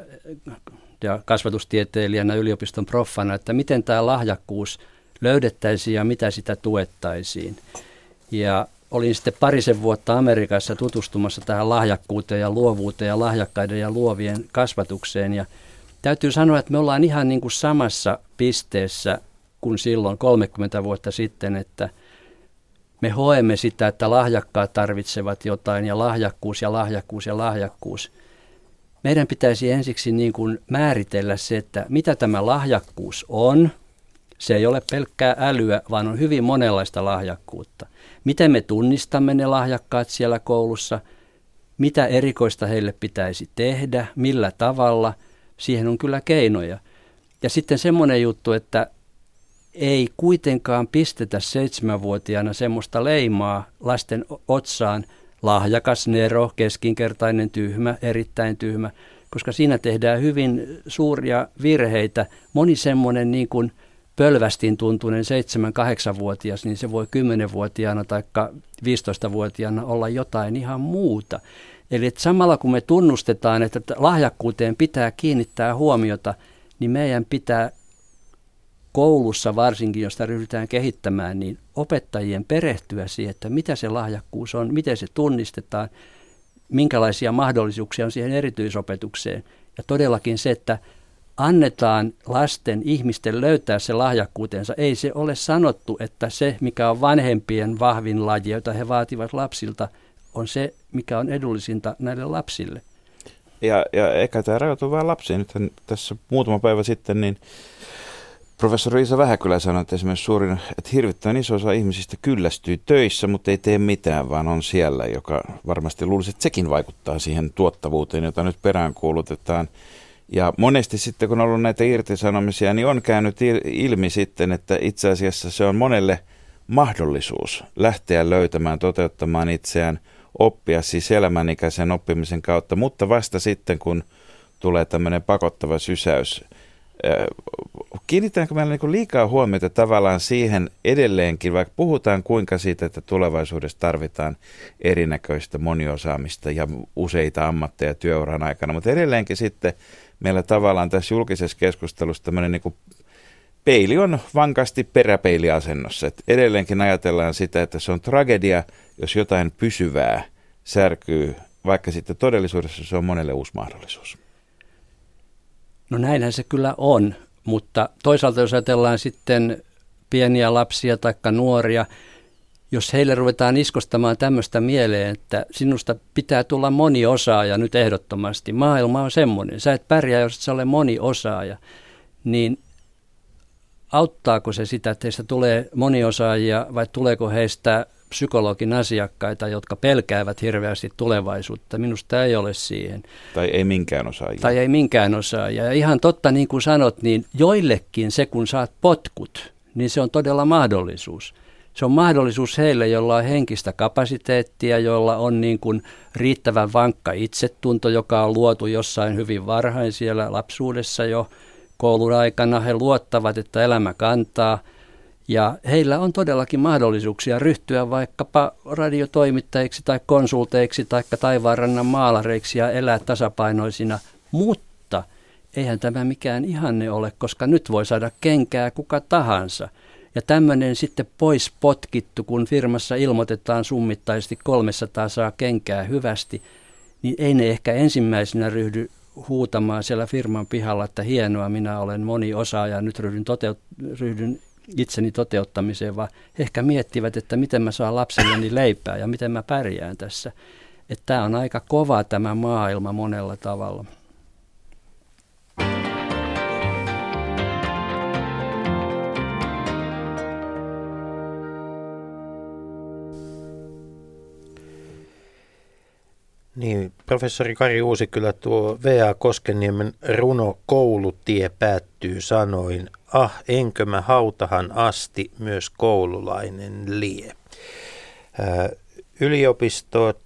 ja kasvatustieteilijänä, yliopiston proffana, että miten tämä lahjakkuus löydettäisiin ja mitä sitä tuettaisiin. Ja olin sitten parisen vuotta Amerikassa tutustumassa tähän lahjakkuuteen ja luovuuteen ja lahjakkaiden ja luovien kasvatukseen. Ja täytyy sanoa, että me ollaan ihan niin kuin samassa pisteessä kuin silloin kolmekymmentä vuotta sitten, että me hoemme sitä, että lahjakkaat tarvitsevat jotain ja lahjakkuus ja lahjakkuus ja lahjakkuus. Meidän pitäisi ensiksi niin kuin määritellä se, että mitä tämä lahjakkuus on. Se ei ole pelkkää älyä, vaan on hyvin monenlaista lahjakkuutta. Miten me tunnistamme ne lahjakkaat siellä koulussa, mitä erikoista heille pitäisi tehdä, millä tavalla, siihen on kyllä keinoja. Ja sitten semmoinen juttu, että ei kuitenkaan pistetä seitsemänvuotiaana semmoista leimaa lasten otsaan, lahjakas, nero, keskinkertainen, tyhmä, erittäin tyhmä, koska siinä tehdään hyvin suuria virheitä. Moni semmoinen niin kuin pölvästin tuntuinen seitsemän-kahdeksanvuotias, niin se voi kymmenvuotiaana tai viisitoistavuotiaana olla jotain ihan muuta. Eli että samalla kun me tunnustetaan, että lahjakkuuteen pitää kiinnittää huomiota, niin meidän pitää koulussa varsinkin, josta ryhdytään kehittämään, niin opettajien perehtyä siihen, että mitä se lahjakkuus on, miten se tunnistetaan, minkälaisia mahdollisuuksia on siihen erityisopetukseen. Ja todellakin se, että annetaan lasten, ihmisten löytää se lahjakkuutensa. Ei se ole sanottu, että se, mikä on vanhempien vahvin laji, jota he vaativat lapsilta, on se, mikä on edullisinta näille lapsille. Ja, ja eikä tämä rajoitu vain lapsiin. Nythän tässä muutama päivä sitten niin professori Iisa Vähäkylä sanoi, että esimerkiksi suurin, että hirvittävän iso osa ihmisistä kyllästyy töissä, mutta ei tee mitään, vaan on siellä, joka varmasti luulisi, että sekin vaikuttaa siihen tuottavuuteen, jota nyt peräänkuulutetaan. Ja monesti sitten, kun on ollut näitä irtisanomisia, niin on käynyt ilmi sitten, että itse asiassa se on monelle mahdollisuus lähteä löytämään, toteuttamaan itseään, oppia siis elämänikäisen oppimisen kautta, mutta vasta sitten, kun tulee tämmöinen pakottava sysäys. Kiinnitäänkö meillä niin liikaa huomiota tavallaan siihen edelleenkin, vaikka puhutaan kuinka siitä, että tulevaisuudessa tarvitaan erinäköistä moniosaamista ja useita ammatteja työuran aikana, mutta edelleenkin sitten meillä tavallaan tässä julkisessa keskustelussa tämmöinen niin kuin peili on vankasti peräpeiliasennossa. Et edelleenkin ajatellaan sitä, että se on tragedia, jos jotain pysyvää särkyy, vaikka sitten todellisuudessa se on monelle uusi mahdollisuus. No näinhän se kyllä on, mutta toisaalta jos ajatellaan sitten pieniä lapsia tai nuoria, jos heille ruvetaan iskostamaan tämmöistä mieleen, että sinusta pitää tulla moniosaaja nyt ehdottomasti, maailma on semmoinen, sä et pärjää, jos et sä ole moniosaaja, niin auttaako se sitä, että heistä tulee moniosaajia vai tuleeko heistä psykologin asiakkaita, jotka pelkäävät hirveästi tulevaisuutta? Minusta ei ole siihen. Tai ei minkään osaajia. Tai ei minkään osaajia. Ja ihan totta, niin kuin sanot, niin joillekin se, kun saat potkut, niin se on todella mahdollisuus. Se on mahdollisuus heille, jolla on henkistä kapasiteettia, jolla on niin kuin riittävän vankka itsetunto, joka on luotu jossain hyvin varhain siellä lapsuudessa jo koulun aikana. He luottavat, että elämä kantaa. Ja heillä on todellakin mahdollisuuksia ryhtyä vaikkapa radiotoimittajiksi tai konsulteiksi tai taivaanrannan maalareiksi ja elää tasapainoisina, mutta eihän tämä mikään ihanne ole, koska nyt voi saada kenkää kuka tahansa. Ja tämmöinen sitten pois potkittu, kun firmassa ilmoitetaan summittaisesti kolmesataa saa kenkää hyvästi, niin ei ne ehkä ensimmäisenä ryhdy huutamaan siellä firman pihalla, että hienoa, minä olen moniosaaja, nyt ryhdyn, toteut- ryhdyn itseni toteuttamiseen, vaan ehkä miettivät, että miten mä saan lapselleni leipää ja miten mä pärjään tässä. Että tämä on aika kova tämä maailma monella tavalla. Niin, professori Kari Uusikylä, tuo V A Koskenniemen runo Koulutie päättyy sanoin, ah enkö mä hautahan asti myös koululainen lie. Ää, yliopistot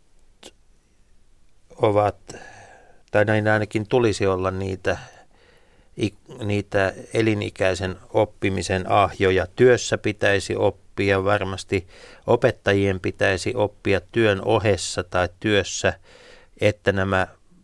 ovat, tai näin ainakin tulisi olla niitä, niitä elinikäisen oppimisen ahjoja. Työssä pitäisi oppia, varmasti opettajien pitäisi oppia työn ohessa tai työssä, että nämä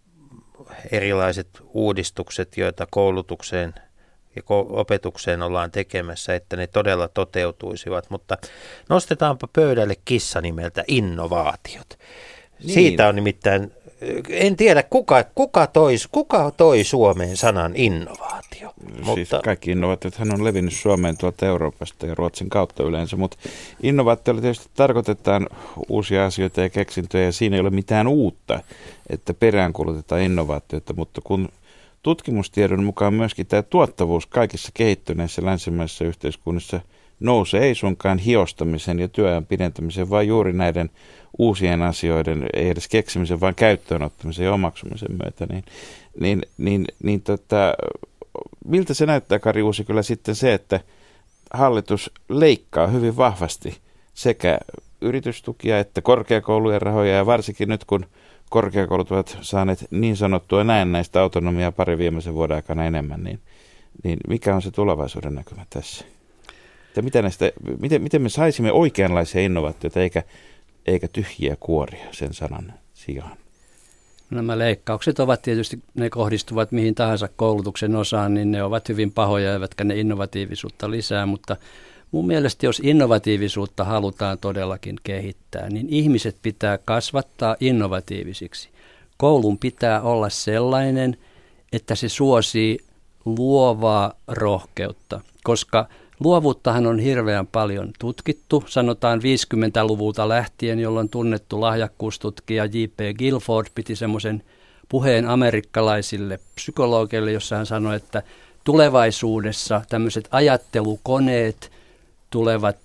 erilaiset uudistukset, joita koulutukseen ja opetukseen ollaan tekemässä, että ne todella toteutuisivat. Mutta nostetaanpa pöydälle kissa nimeltä innovaatiot. Niin. Siitä on nimittäin, en tiedä kuka, kuka, toi, kuka toi Suomeen sanan innovaatio. Siis mutta kaikki innovaatiothan on levinnyt Suomeen tuolta Euroopasta ja Ruotsin kautta yleensä, mutta innovaatioilla tietysti tarkoitetaan uusia asioita ja keksintöjä ja siinä ei ole mitään uutta, että peräänkuulutetaan innovaatioita, mutta kun tutkimustiedon mukaan myöskin tämä tuottavuus kaikissa kehittyneissä länsimaisissa yhteiskunnissa nousee ei suinkaan hiostamisen ja työajan pidentämisen, vaan juuri näiden uusien asioiden, ei edes keksimisen, vaan käyttöönottamisen ja omaksumisen myötä, niin, niin, niin, niin tota, miltä se näyttää, Kari Uusikylä, sitten se, että hallitus leikkaa hyvin vahvasti sekä yritystukia että korkeakoulujen rahoja, ja varsinkin nyt, kun korkeakoulut ovat saaneet niin sanottua näennäistä autonomiaa pari viimeisen vuoden aikana enemmän, niin, niin mikä on se tulevaisuuden näkymä tässä? Että mitä näistä, miten, miten me saisimme oikeanlaisia innovaatioita eikä, eikä tyhjiä kuoria sen sanan sijaan? Nämä leikkaukset ovat tietysti, ne kohdistuvat mihin tahansa koulutuksen osaan, niin ne ovat hyvin pahoja, eivätkä ne innovatiivisuutta lisää, mutta mun mielestä jos innovatiivisuutta halutaan todellakin kehittää, niin ihmiset pitää kasvattaa innovatiivisiksi. Koulun pitää olla sellainen, että se suosii luovaa rohkeutta, koska luovuuttahan on hirveän paljon tutkittu, sanotaan viisikymmentäluvulta lähtien, jolloin tunnettu lahjakkuustutkija J P Guilford piti semmoisen puheen amerikkalaisille psykologeille, jossa hän sanoi, että tulevaisuudessa tämmöiset ajattelukoneet tulevat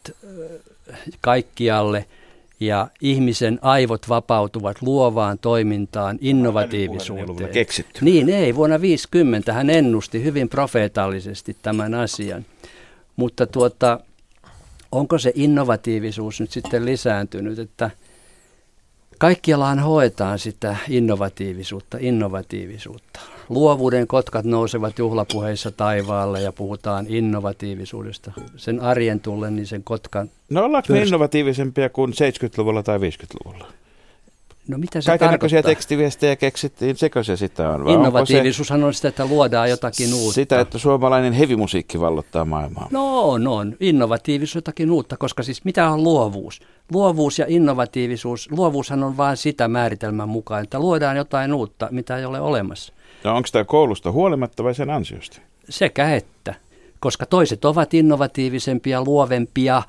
kaikkialle ja ihmisen aivot vapautuvat luovaan toimintaan, innovatiivisuuteen. Niin ei, vuonna viisikymmentä hän ennusti hyvin profeetallisesti tämän asian. Mutta tuota, onko se innovatiivisuus nyt sitten lisääntynyt, että kaikkiallahan hoetaan sitä innovatiivisuutta, innovatiivisuutta. Luovuuden kotkat nousevat juhlapuheissa taivaalle ja puhutaan innovatiivisuudesta. Sen arjen tullen, niin sen kotkan... No ollaanko me innovatiivisempia kuin seitsemänkymmentäluvulla tai viisikymmentäluvulla? No mitä se kaikennäköisiä tekstiviestejä keksittiin, sekö se sitä on? Innovatiivisuushan on sitä, että luodaan jotakin uutta. Sitä, että suomalainen hevimusiikki vallottaa maailmaa. No on, on. Innovatiivisuus jotakin uutta, koska siis mitä on luovuus? Luovuus ja innovatiivisuus, luovuushan on vain sitä määritelmän mukaan, että luodaan jotain uutta, mitä ei ole olemassa. No onko tämä koulusta huolimatta vai sen ansiosta? Sekä että, koska toiset ovat innovatiivisempia, luovempia,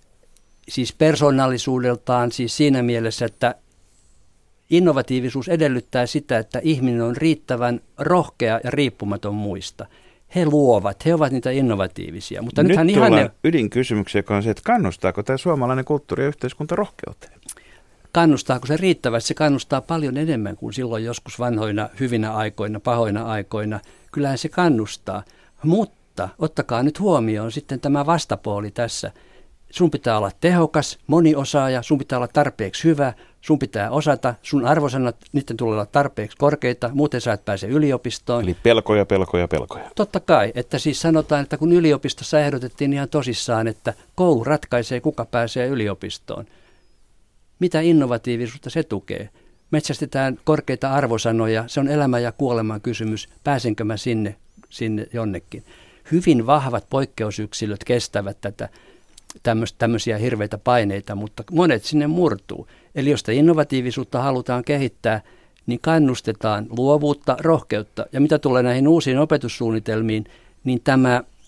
siis persoonallisuudeltaan, siis siinä mielessä, että innovatiivisuus edellyttää sitä, että ihminen on riittävän rohkea ja riippumaton muista. He luovat, he ovat niitä innovatiivisia. Mutta nyt nythän tullaan ihan ne... ydinkysymyksiä, joka on se, että kannustaako tämä suomalainen kulttuuri ja yhteiskunta rohkeuteen? Kannustaako se riittävästi? Se kannustaa paljon enemmän kuin silloin joskus vanhoina, hyvinä aikoina, pahoina aikoina. Kyllähän se kannustaa, mutta ottakaa nyt huomioon sitten tämä vastapuoli tässä. Sun pitää olla tehokas, moniosaaja, sun pitää olla tarpeeksi hyvä, sun pitää osata, sun arvosanat, niiden tulee olla tarpeeksi korkeita, muuten sä et pääse yliopistoon. Eli pelkoja, pelkoja, pelkoja. Totta kai, että siis sanotaan, että kun yliopistossa ehdotettiin ihan tosissaan, että koulu ratkaisee, kuka pääsee yliopistoon. Mitä innovatiivisuutta se tukee? Metsästetään korkeita arvosanoja, se on elämän ja kuoleman kysymys, pääsenkö mä sinne, sinne jonnekin. Hyvin vahvat poikkeusyksilöt kestävät tätä. tämmöisiä hirveitä paineita, mutta monet sinne murtuu. Eli jos sitä innovatiivisuutta halutaan kehittää, niin kannustetaan luovuutta, rohkeutta. Ja mitä tulee näihin uusiin opetussuunnitelmiin, niin tämä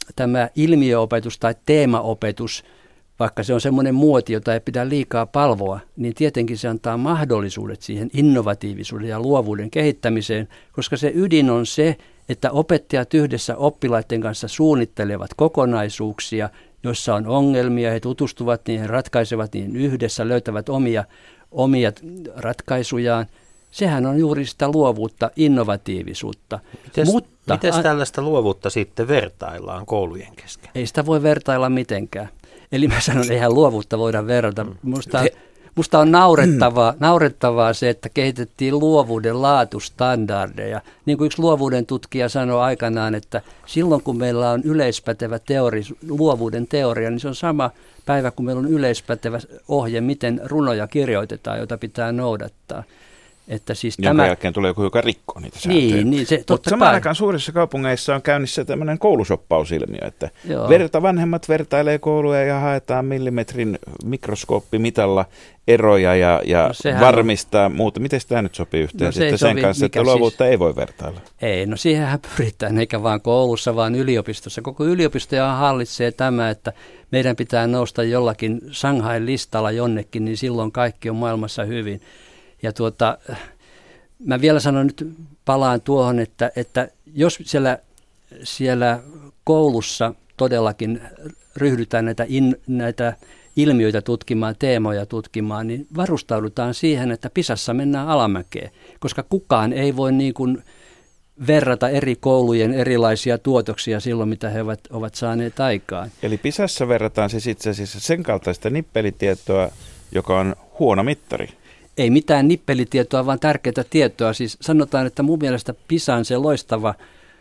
tämä ilmiöopetus tai teemaopetus, vaikka se on semmoinen muoti, jota ei pidä liikaa palvoa, niin tietenkin se antaa mahdollisuudet siihen innovatiivisuuden ja luovuuden kehittämiseen, koska se ydin on se, että opettajat yhdessä oppilaiden kanssa suunnittelevat kokonaisuuksia, joissa on ongelmia, he tutustuvat niihin, ratkaisevat niihin yhdessä, löytävät omia, omia ratkaisujaan. Sehän on juuri sitä luovuutta, innovatiivisuutta. Mites, Mutta, mites tällaista luovuutta sitten vertaillaan koulujen kesken? Ei sitä voi vertailla mitenkään. Eli mä sanon, eihän luovuutta voida verrata. Musta, musta on naurettavaa, naurettavaa se, että kehitettiin luovuuden laatustandardeja. Niin kuin yksi luovuuden tutkija sanoi aikanaan, että silloin kun meillä on yleispätevä teori, luovuuden teoria, niin se on sama päivä, kun meillä on yleispätevä ohje, miten runoja kirjoitetaan, joita pitää noudattaa. Että siis Jonka tämä, jälkeen tulee joku, joka rikkoo niitä sääntöjä. Niin, niin se, totta Mutta samaan kai. aikaan suurissa kaupungeissa on käynnissä tämmöinen koulusoppausilmiö, että Joo. verta vanhemmat vertailee kouluja ja haetaan millimetrin mikroskooppimitalla eroja ja, ja No varmistaa on muuta. Miten tämä nyt sopii yhteen No se sitten ei sen sovi, kanssa, että mikä luovuutta siis- ei voi vertailla? Ei, no siihenhän pyritään, eikä vaan koulussa, vaan yliopistossa. Koko yliopistoja hallitsee tämä, että meidän pitää nousta jollakin Shanghain listalla jonnekin, niin silloin kaikki on maailmassa hyvin. Ja tuota, mä vielä sanon nyt, palaan tuohon, että, että jos siellä, siellä koulussa todellakin ryhdytään näitä, in, näitä ilmiöitä tutkimaan, teemoja tutkimaan, niin varustaudutaan siihen, että Pisassa mennään alamäkeen, koska kukaan ei voi niin kuin verrata eri koulujen erilaisia tuotoksia silloin, mitä he ovat, ovat saaneet aikaan. Eli Pisassa verrataan siis itse asiassa sen kaltaista nippelitietoa, joka on huono mittari. Ei mitään nippelitietoa, vaan tärkeää tietoa. Siis sanotaan, että mun mielestä Pisan se loistava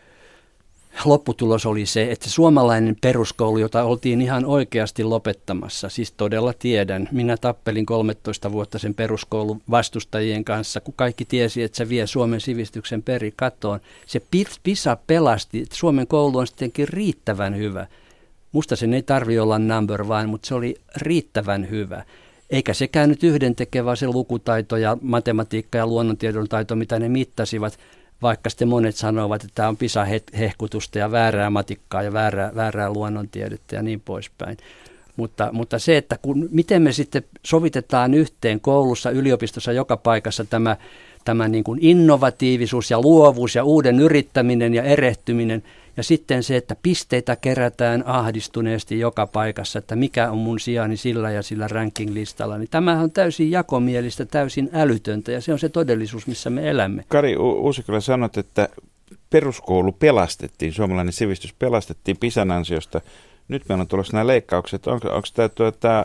lopputulos oli se, että se suomalainen peruskoulu, jota oltiin ihan oikeasti lopettamassa, siis todella tiedän, minä tappelin kolmetoista vuotta sen peruskoulun vastustajien kanssa, kun kaikki tiesi, että se vie Suomen sivistyksen perikatoon. Se Pisa pelasti, että Suomen koulu on sittenkin riittävän hyvä. Musta sen ei tarvitse olla number one, mutta se oli riittävän hyvä. Eikä sekään nyt yhdentekevä se lukutaito ja matematiikka ja luonnontiedon taito, mitä ne mittasivat, vaikka sitten monet sanovat, että tämä on Pisa-hehkutusta ja väärää matikkaa ja väärää, väärää luonnontiedettä ja niin poispäin. Mutta, mutta se, että kun, miten me sitten sovitetaan yhteen koulussa, yliopistossa, joka paikassa tämä, tämä niin kuin innovatiivisuus ja luovuus ja uuden yrittäminen ja erehtyminen, ja sitten se, että pisteitä kerätään ahdistuneesti joka paikassa, että mikä on mun sijani sillä ja sillä ranking-listalla, niin tämähän on täysin jakomielistä, täysin älytöntä, ja se on se todellisuus, missä me elämme. Kari Uusikylä sanot, että peruskoulu pelastettiin, suomalainen sivistys pelastettiin Pisan ansiosta. Nyt meillä on tulossa nämä leikkaukset. Onko, onko tämä tuota,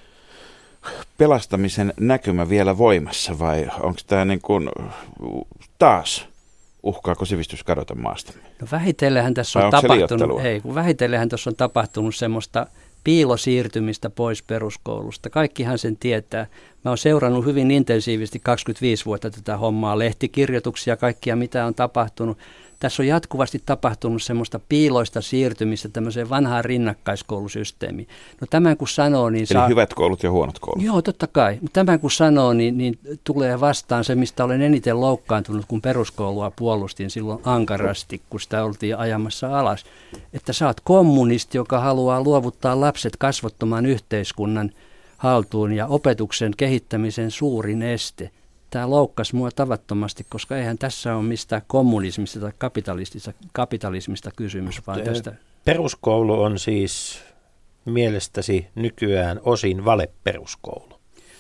pelastamisen näkymä vielä voimassa vai onko tämä niin kuin taas, uhkaako sivistys kadota maastamme? No vähitellähän tässä on tapahtunut, ei, kun vähitellähän tässä on tapahtunut semmoista piilosiirtymistä pois peruskoulusta. Kaikkihan sen tietää. Mä oon seurannut hyvin intensiivisesti kaksikymmentäviisi vuotta tätä hommaa, lehtikirjoituksia, kaikkia mitä on tapahtunut. Tässä on jatkuvasti tapahtunut semmoista piiloista siirtymistä tämmöiseen vanhaan rinnakkaiskoulusysteemiin. No tämän kun sanoo, niin Eli saa... hyvät koulut ja huonot koulut. Joo, totta kai. Mutta tämän kun sanoo, niin, niin tulee vastaan se, mistä olen eniten loukkaantunut, kun peruskoulua puolustin silloin ankarasti, kun sitä oltiin ajamassa alas. Että sä oot kommunisti, joka haluaa luovuttaa lapset kasvottoman yhteiskunnan haltuun ja opetuksen kehittämisen suurin este. Tämä loukkasi mua tavattomasti, koska eihän tässä ole mistään kommunismista tai kapitalismista, kapitalismista kysymys, vaan tästä... Peruskoulu on siis mielestäsi nykyään osin valeperuskoulu.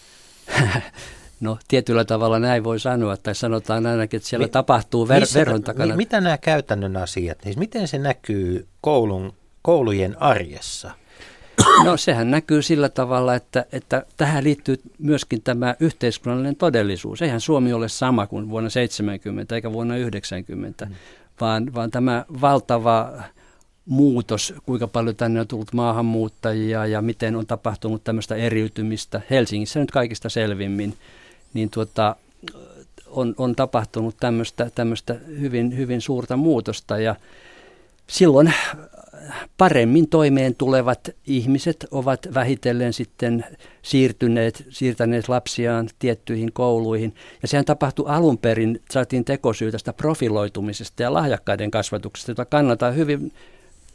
No tietyllä tavalla näin voi sanoa, tai sanotaan ainakin, että siellä Mi- tapahtuu ver- missä, verhon takana. Mi- mitä nämä käytännön asiat, niin miten se näkyy koulun, koulujen arjessa? No sehän näkyy sillä tavalla, että, että tähän liittyy myöskin tämä yhteiskunnallinen todellisuus. Eihän Suomi ole sama kuin vuonna seitsemänkymmentä eikä vuonna yhdeksänkymmentä, mm. vaan, vaan tämä valtava muutos, kuinka paljon tänne on tullut maahanmuuttajia ja miten on tapahtunut tämmöistä eriytymistä. Helsingissä nyt kaikista selvimmin, niin tuota, on, on tapahtunut tämmöistä, tämmöistä hyvin, hyvin suurta muutosta ja silloin paremmin toimeen tulevat ihmiset ovat vähitellen sitten siirtyneet, siirtäneet lapsiaan tiettyihin kouluihin. Ja sehän tapahtui alun perin, saatiin tekosyy tästä profiloitumisesta ja lahjakkaiden kasvatuksesta, jota kannattaa hyvin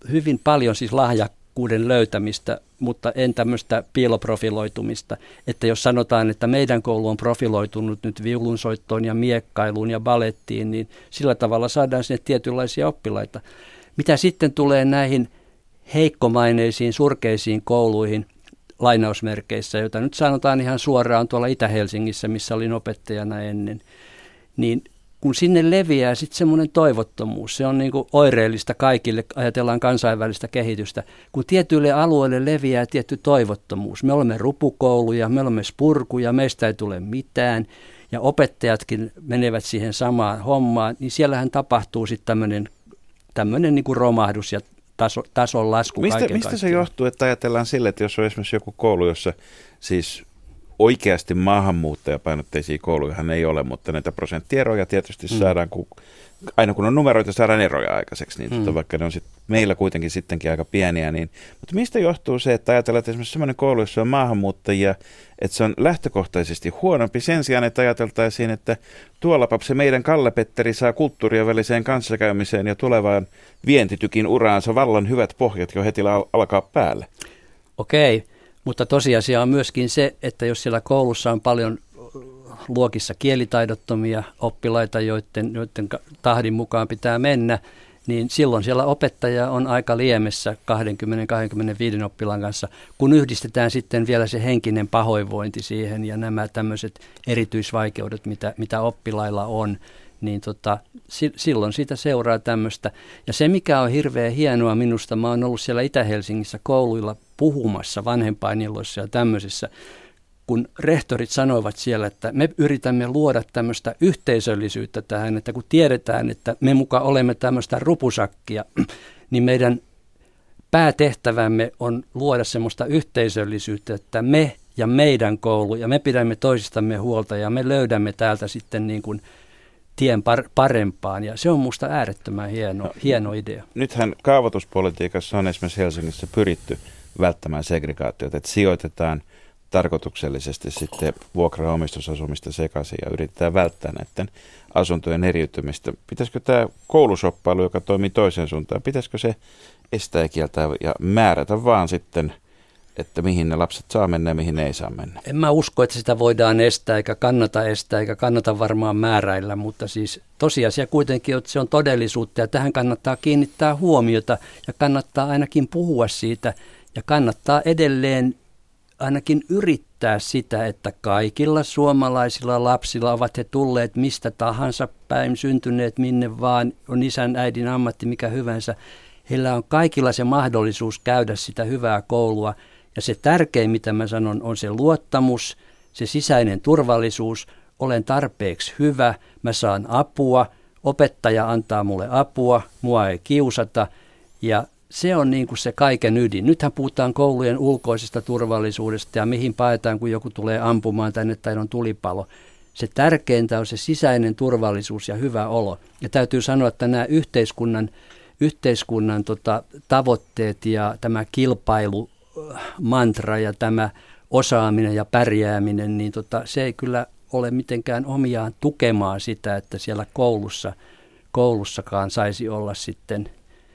hyvin paljon siis lahjakkuuden löytämistä, mutta en tämmöistä piiloprofiloitumista. Että jos sanotaan, että meidän koulu on profiloitunut nyt viulunsoittoon ja miekkailuun ja balettiin, niin sillä tavalla saadaan sinne tietynlaisia oppilaita. Mitä sitten tulee näihin heikkomaineisiin, surkeisiin kouluihin, lainausmerkeissä, joita nyt sanotaan ihan suoraan tuolla Itä-Helsingissä, missä olin opettajana ennen, niin kun sinne leviää sitten semmoinen toivottomuus, se on niin kuin oireellista kaikille, ajatellaan kansainvälistä kehitystä, kun tietyille alueille leviää tietty toivottomuus. Me olemme rupukouluja, me olemme spurkuja, meistä ei tule mitään, ja opettajatkin menevät siihen samaan hommaan, niin siellähän tapahtuu sitten tämmöinen, tämmöinen niin kuin romahdus ja taso, tason lasku mistä, kaiken mistä se kaikkiaan. johtuu, että ajatellaan sille, että jos on esimerkiksi joku koulu, jossa siis oikeasti maahanmuuttajapainotteisia koulujahan ei ole, mutta näitä prosenttieroja tietysti mm. saadaan, kun, aina kun on numeroita, saadaan eroja aikaiseksi, niin mm. tota, vaikka ne on sit, meillä kuitenkin sittenkin aika pieniä. Niin, mutta mistä johtuu se, että ajatellaan, että esimerkiksi sellainen koulu, jossa on maahanmuuttajia, että se on lähtökohtaisesti huonompi sen sijaan, että ajateltaisiin, että tuollapa se meidän Kalle-Petteri saa kulttuurien väliseen kanssakäymiseen ja tulevaan vientitykin uraansa vallan hyvät pohjat jo heti alkaa päälle. Okei. Mutta tosiasia on myöskin se, että jos siellä koulussa on paljon luokissa kielitaidottomia oppilaita, joiden, joiden tahdin mukaan pitää mennä, niin silloin siellä opettaja on aika liemessä kaksikymmentä kaksikymmentäviisi oppilaan kanssa, kun yhdistetään sitten vielä se henkinen pahoinvointi siihen ja nämä tämmöiset erityisvaikeudet, mitä, mitä oppilailla on, niin tota, si, silloin siitä seuraa tämmöistä. Ja se, mikä on hirveän hienoa minusta, mä oon ollut siellä Itä-Helsingissä kouluilla puhumassa vanhempainilloissa ja tämmöisissä, kun rehtorit sanoivat siellä, että me yritämme luoda tämmöistä yhteisöllisyyttä tähän, että kun tiedetään, että me mukaan olemme tämmöistä rupusakkia, niin meidän päätehtävämme on luoda semmoista yhteisöllisyyttä, että me ja meidän koulu ja me pidämme toisistamme huolta ja me löydämme täältä sitten niin kuin tien parempaan, ja se on musta äärettömän hieno, no, hieno idea. Nythän kaavoituspolitiikassa on esimerkiksi Helsingissä pyritty välttämään segregaatiota, että sijoitetaan tarkoituksellisesti sitten vuokra- ja omistusasumista sekaisin ja yritetään välttää näiden asuntojen eriytymistä. Pitäisikö tämä koulushoppailu, joka toimii toiseen suuntaan, pitäisikö se estää ja kieltää ja määrätä vaan sitten, että mihin ne lapset saa mennä ja mihin ne ei saa mennä? En mä usko, että sitä voidaan estää eikä kannata estää eikä kannata varmaan määräillä, mutta siis tosiasia kuitenkin, että se on todellisuutta ja tähän kannattaa kiinnittää huomiota ja kannattaa ainakin puhua siitä ja kannattaa edelleen ainakin yrittää sitä, että kaikilla suomalaisilla lapsilla, ovat he tulleet mistä tahansa päin, syntyneet minne vaan, on isän, äidin ammatti, mikä hyvänsä, heillä on kaikilla se mahdollisuus käydä sitä hyvää koulua. Ja se tärkein, mitä mä sanon, on se luottamus, se sisäinen turvallisuus, olen tarpeeksi hyvä, mä saan apua, opettaja antaa mulle apua, mua ei kiusata ja se on niin kuin se kaiken ydin. Nythän puhutaan koulujen ulkoisesta turvallisuudesta ja mihin paetaan, kun joku tulee ampumaan tänne tai on tulipalo. Se tärkeintä on se sisäinen turvallisuus ja hyvä olo. Ja täytyy sanoa, että nämä yhteiskunnan, yhteiskunnan tota, tavoitteet ja tämä kilpailu, mantra ja tämä osaaminen ja pärjääminen, niin tota, se ei kyllä ole mitenkään omiaan tukemaan sitä, että siellä koulussa, koulussakaan saisi olla sitten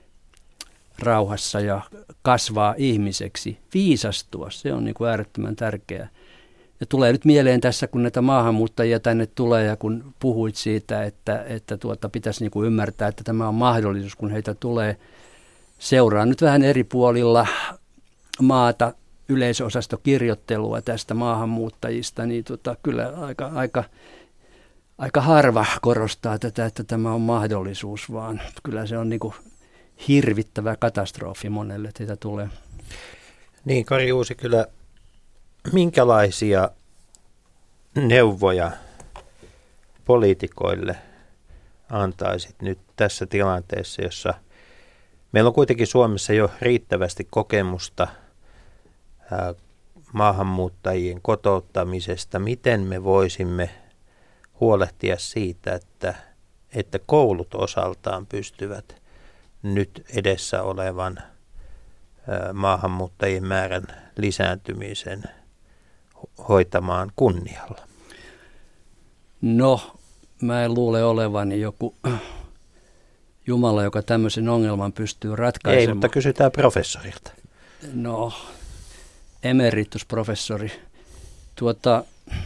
rauhassa ja kasvaa ihmiseksi, viisastua. Se on niin kuin äärettömän tärkeää. Ja tulee nyt mieleen tässä, kun näitä maahanmuuttajia tänne tulee ja kun puhuit siitä, että, että tuota, pitäisi niin kuin ymmärtää, että tämä on mahdollisuus, kun heitä tulee seuraa nyt vähän eri puolilla maata yleisöosastokirjoittelua tästä maahanmuuttajista, niin tota, kyllä aika, aika, aika harva korostaa tätä, että tämä on mahdollisuus, vaan kyllä se on niin kuin hirvittävä katastrofi monelle, että heitä tulee. Niin, Kari Uusi, kyllä minkälaisia neuvoja poliitikoille antaisit nyt tässä tilanteessa, jossa meillä on kuitenkin Suomessa jo riittävästi kokemusta maahanmuuttajien kotouttamisesta. Miten me voisimme huolehtia siitä, että, että koulut osaltaan pystyvät nyt edessä olevan maahanmuuttajien määrän lisääntymisen hoitamaan kunnialla? No, mä en luule olevani joku, Jumala, joka tämmöisen ongelman pystyy ratkaisemaan. Ei, mutta kysytään professorilta. No, emeritusprofessori. Tuota,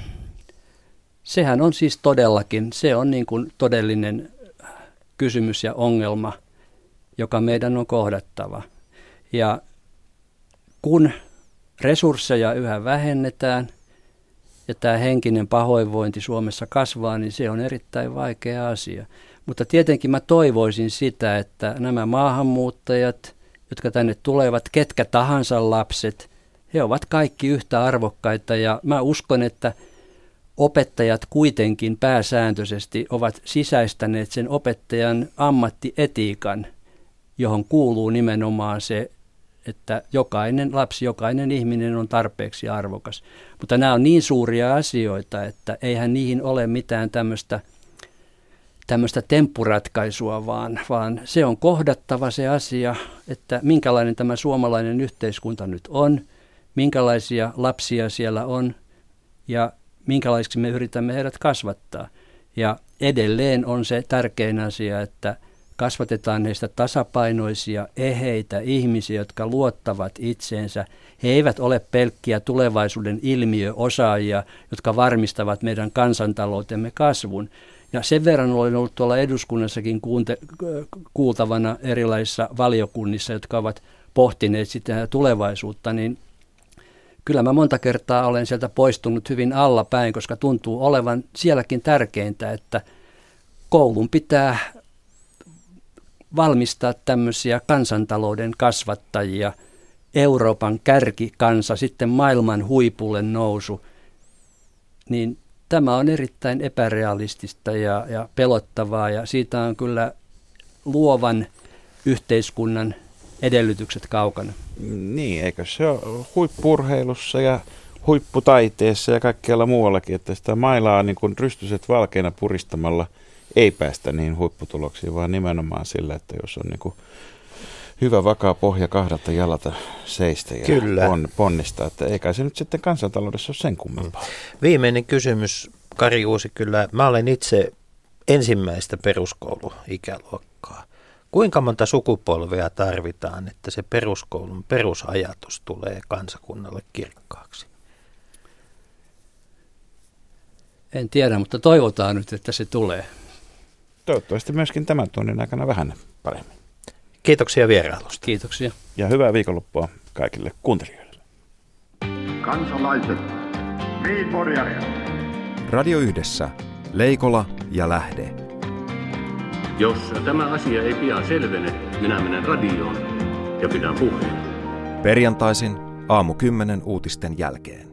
sehän on siis todellakin, se on niin kuin todellinen kysymys ja ongelma, joka meidän on kohdattava. Ja kun resursseja yhä vähennetään ja tämä henkinen pahoinvointi Suomessa kasvaa, niin se on erittäin vaikea asia. Mutta tietenkin mä toivoisin sitä, että nämä maahanmuuttajat, jotka tänne tulevat, ketkä tahansa lapset, he ovat kaikki yhtä arvokkaita ja mä uskon, että opettajat kuitenkin pääsääntöisesti ovat sisäistäneet sen opettajan ammattietiikan, johon kuuluu nimenomaan se, että jokainen lapsi, jokainen ihminen on tarpeeksi arvokas. Mutta nämä on niin suuria asioita, että eihän niihin ole mitään tämmöistä tämmöistä temppuratkaisua, vaan, vaan se on kohdattava se asia, että minkälainen tämä suomalainen yhteiskunta nyt on, minkälaisia lapsia siellä on ja minkälaisiksi me yritämme heidät kasvattaa. Ja edelleen on se tärkein asia, että kasvatetaan heistä tasapainoisia, eheitä ihmisiä, jotka luottavat itseensä. He eivät ole pelkkiä tulevaisuuden ilmiöosaajia, jotka varmistavat meidän kansantaloutemme kasvun. Ja sen verran olen ollut tuolla eduskunnassakin kuunte- kuultavana erilaisissa valiokunnissa, jotka ovat pohtineet sitä tulevaisuutta, niin kyllä mä monta kertaa olen sieltä poistunut hyvin allapäin, koska tuntuu olevan sielläkin tärkeintä, että koulun pitää valmistaa tämmöisiä kansantalouden kasvattajia, Euroopan kärkikansa, sitten maailman huipulle nousu, niin tämä on erittäin epärealistista ja, ja pelottavaa ja siitä on kyllä luovan yhteiskunnan edellytykset kaukana. Niin, eikö se ole huippu-urheilussa ja huipputaiteessa ja kaikkialla muuallakin, että sitä mailaa niin kuin rystyset valkeina puristamalla ei päästä niihin huipputuloksiin, vaan nimenomaan sillä, että jos on niin kuin hyvä vakaa pohja kahdelta jalalta seistä ja Kyllä. On, ponnistaa, että eikä se nyt sitten kansantaloudessa ole sen kummempaa. Viimeinen kysymys, Kari Uusikylä. Mä olen itse ensimmäistä peruskouluikäluokkaa. Kuinka monta sukupolvea tarvitaan, että se peruskoulun perusajatus tulee kansakunnalle kirkkaaksi? En tiedä, mutta toivotaan nyt, että se tulee. Toivottavasti myöskin tämän tunnin aikana vähän paremmin. Kiitoksia vierailusta. Kiitoksia. Ja hyvää viikonloppua kaikille kuuntelijoille. Kansalaiset, Radio Yhdessä, Leikola ja Lähde. Jos tämä asia ei pian selvene, minä menen radioon ja pidän puheen. Perjantaisin aamu kymmenen uutisten jälkeen.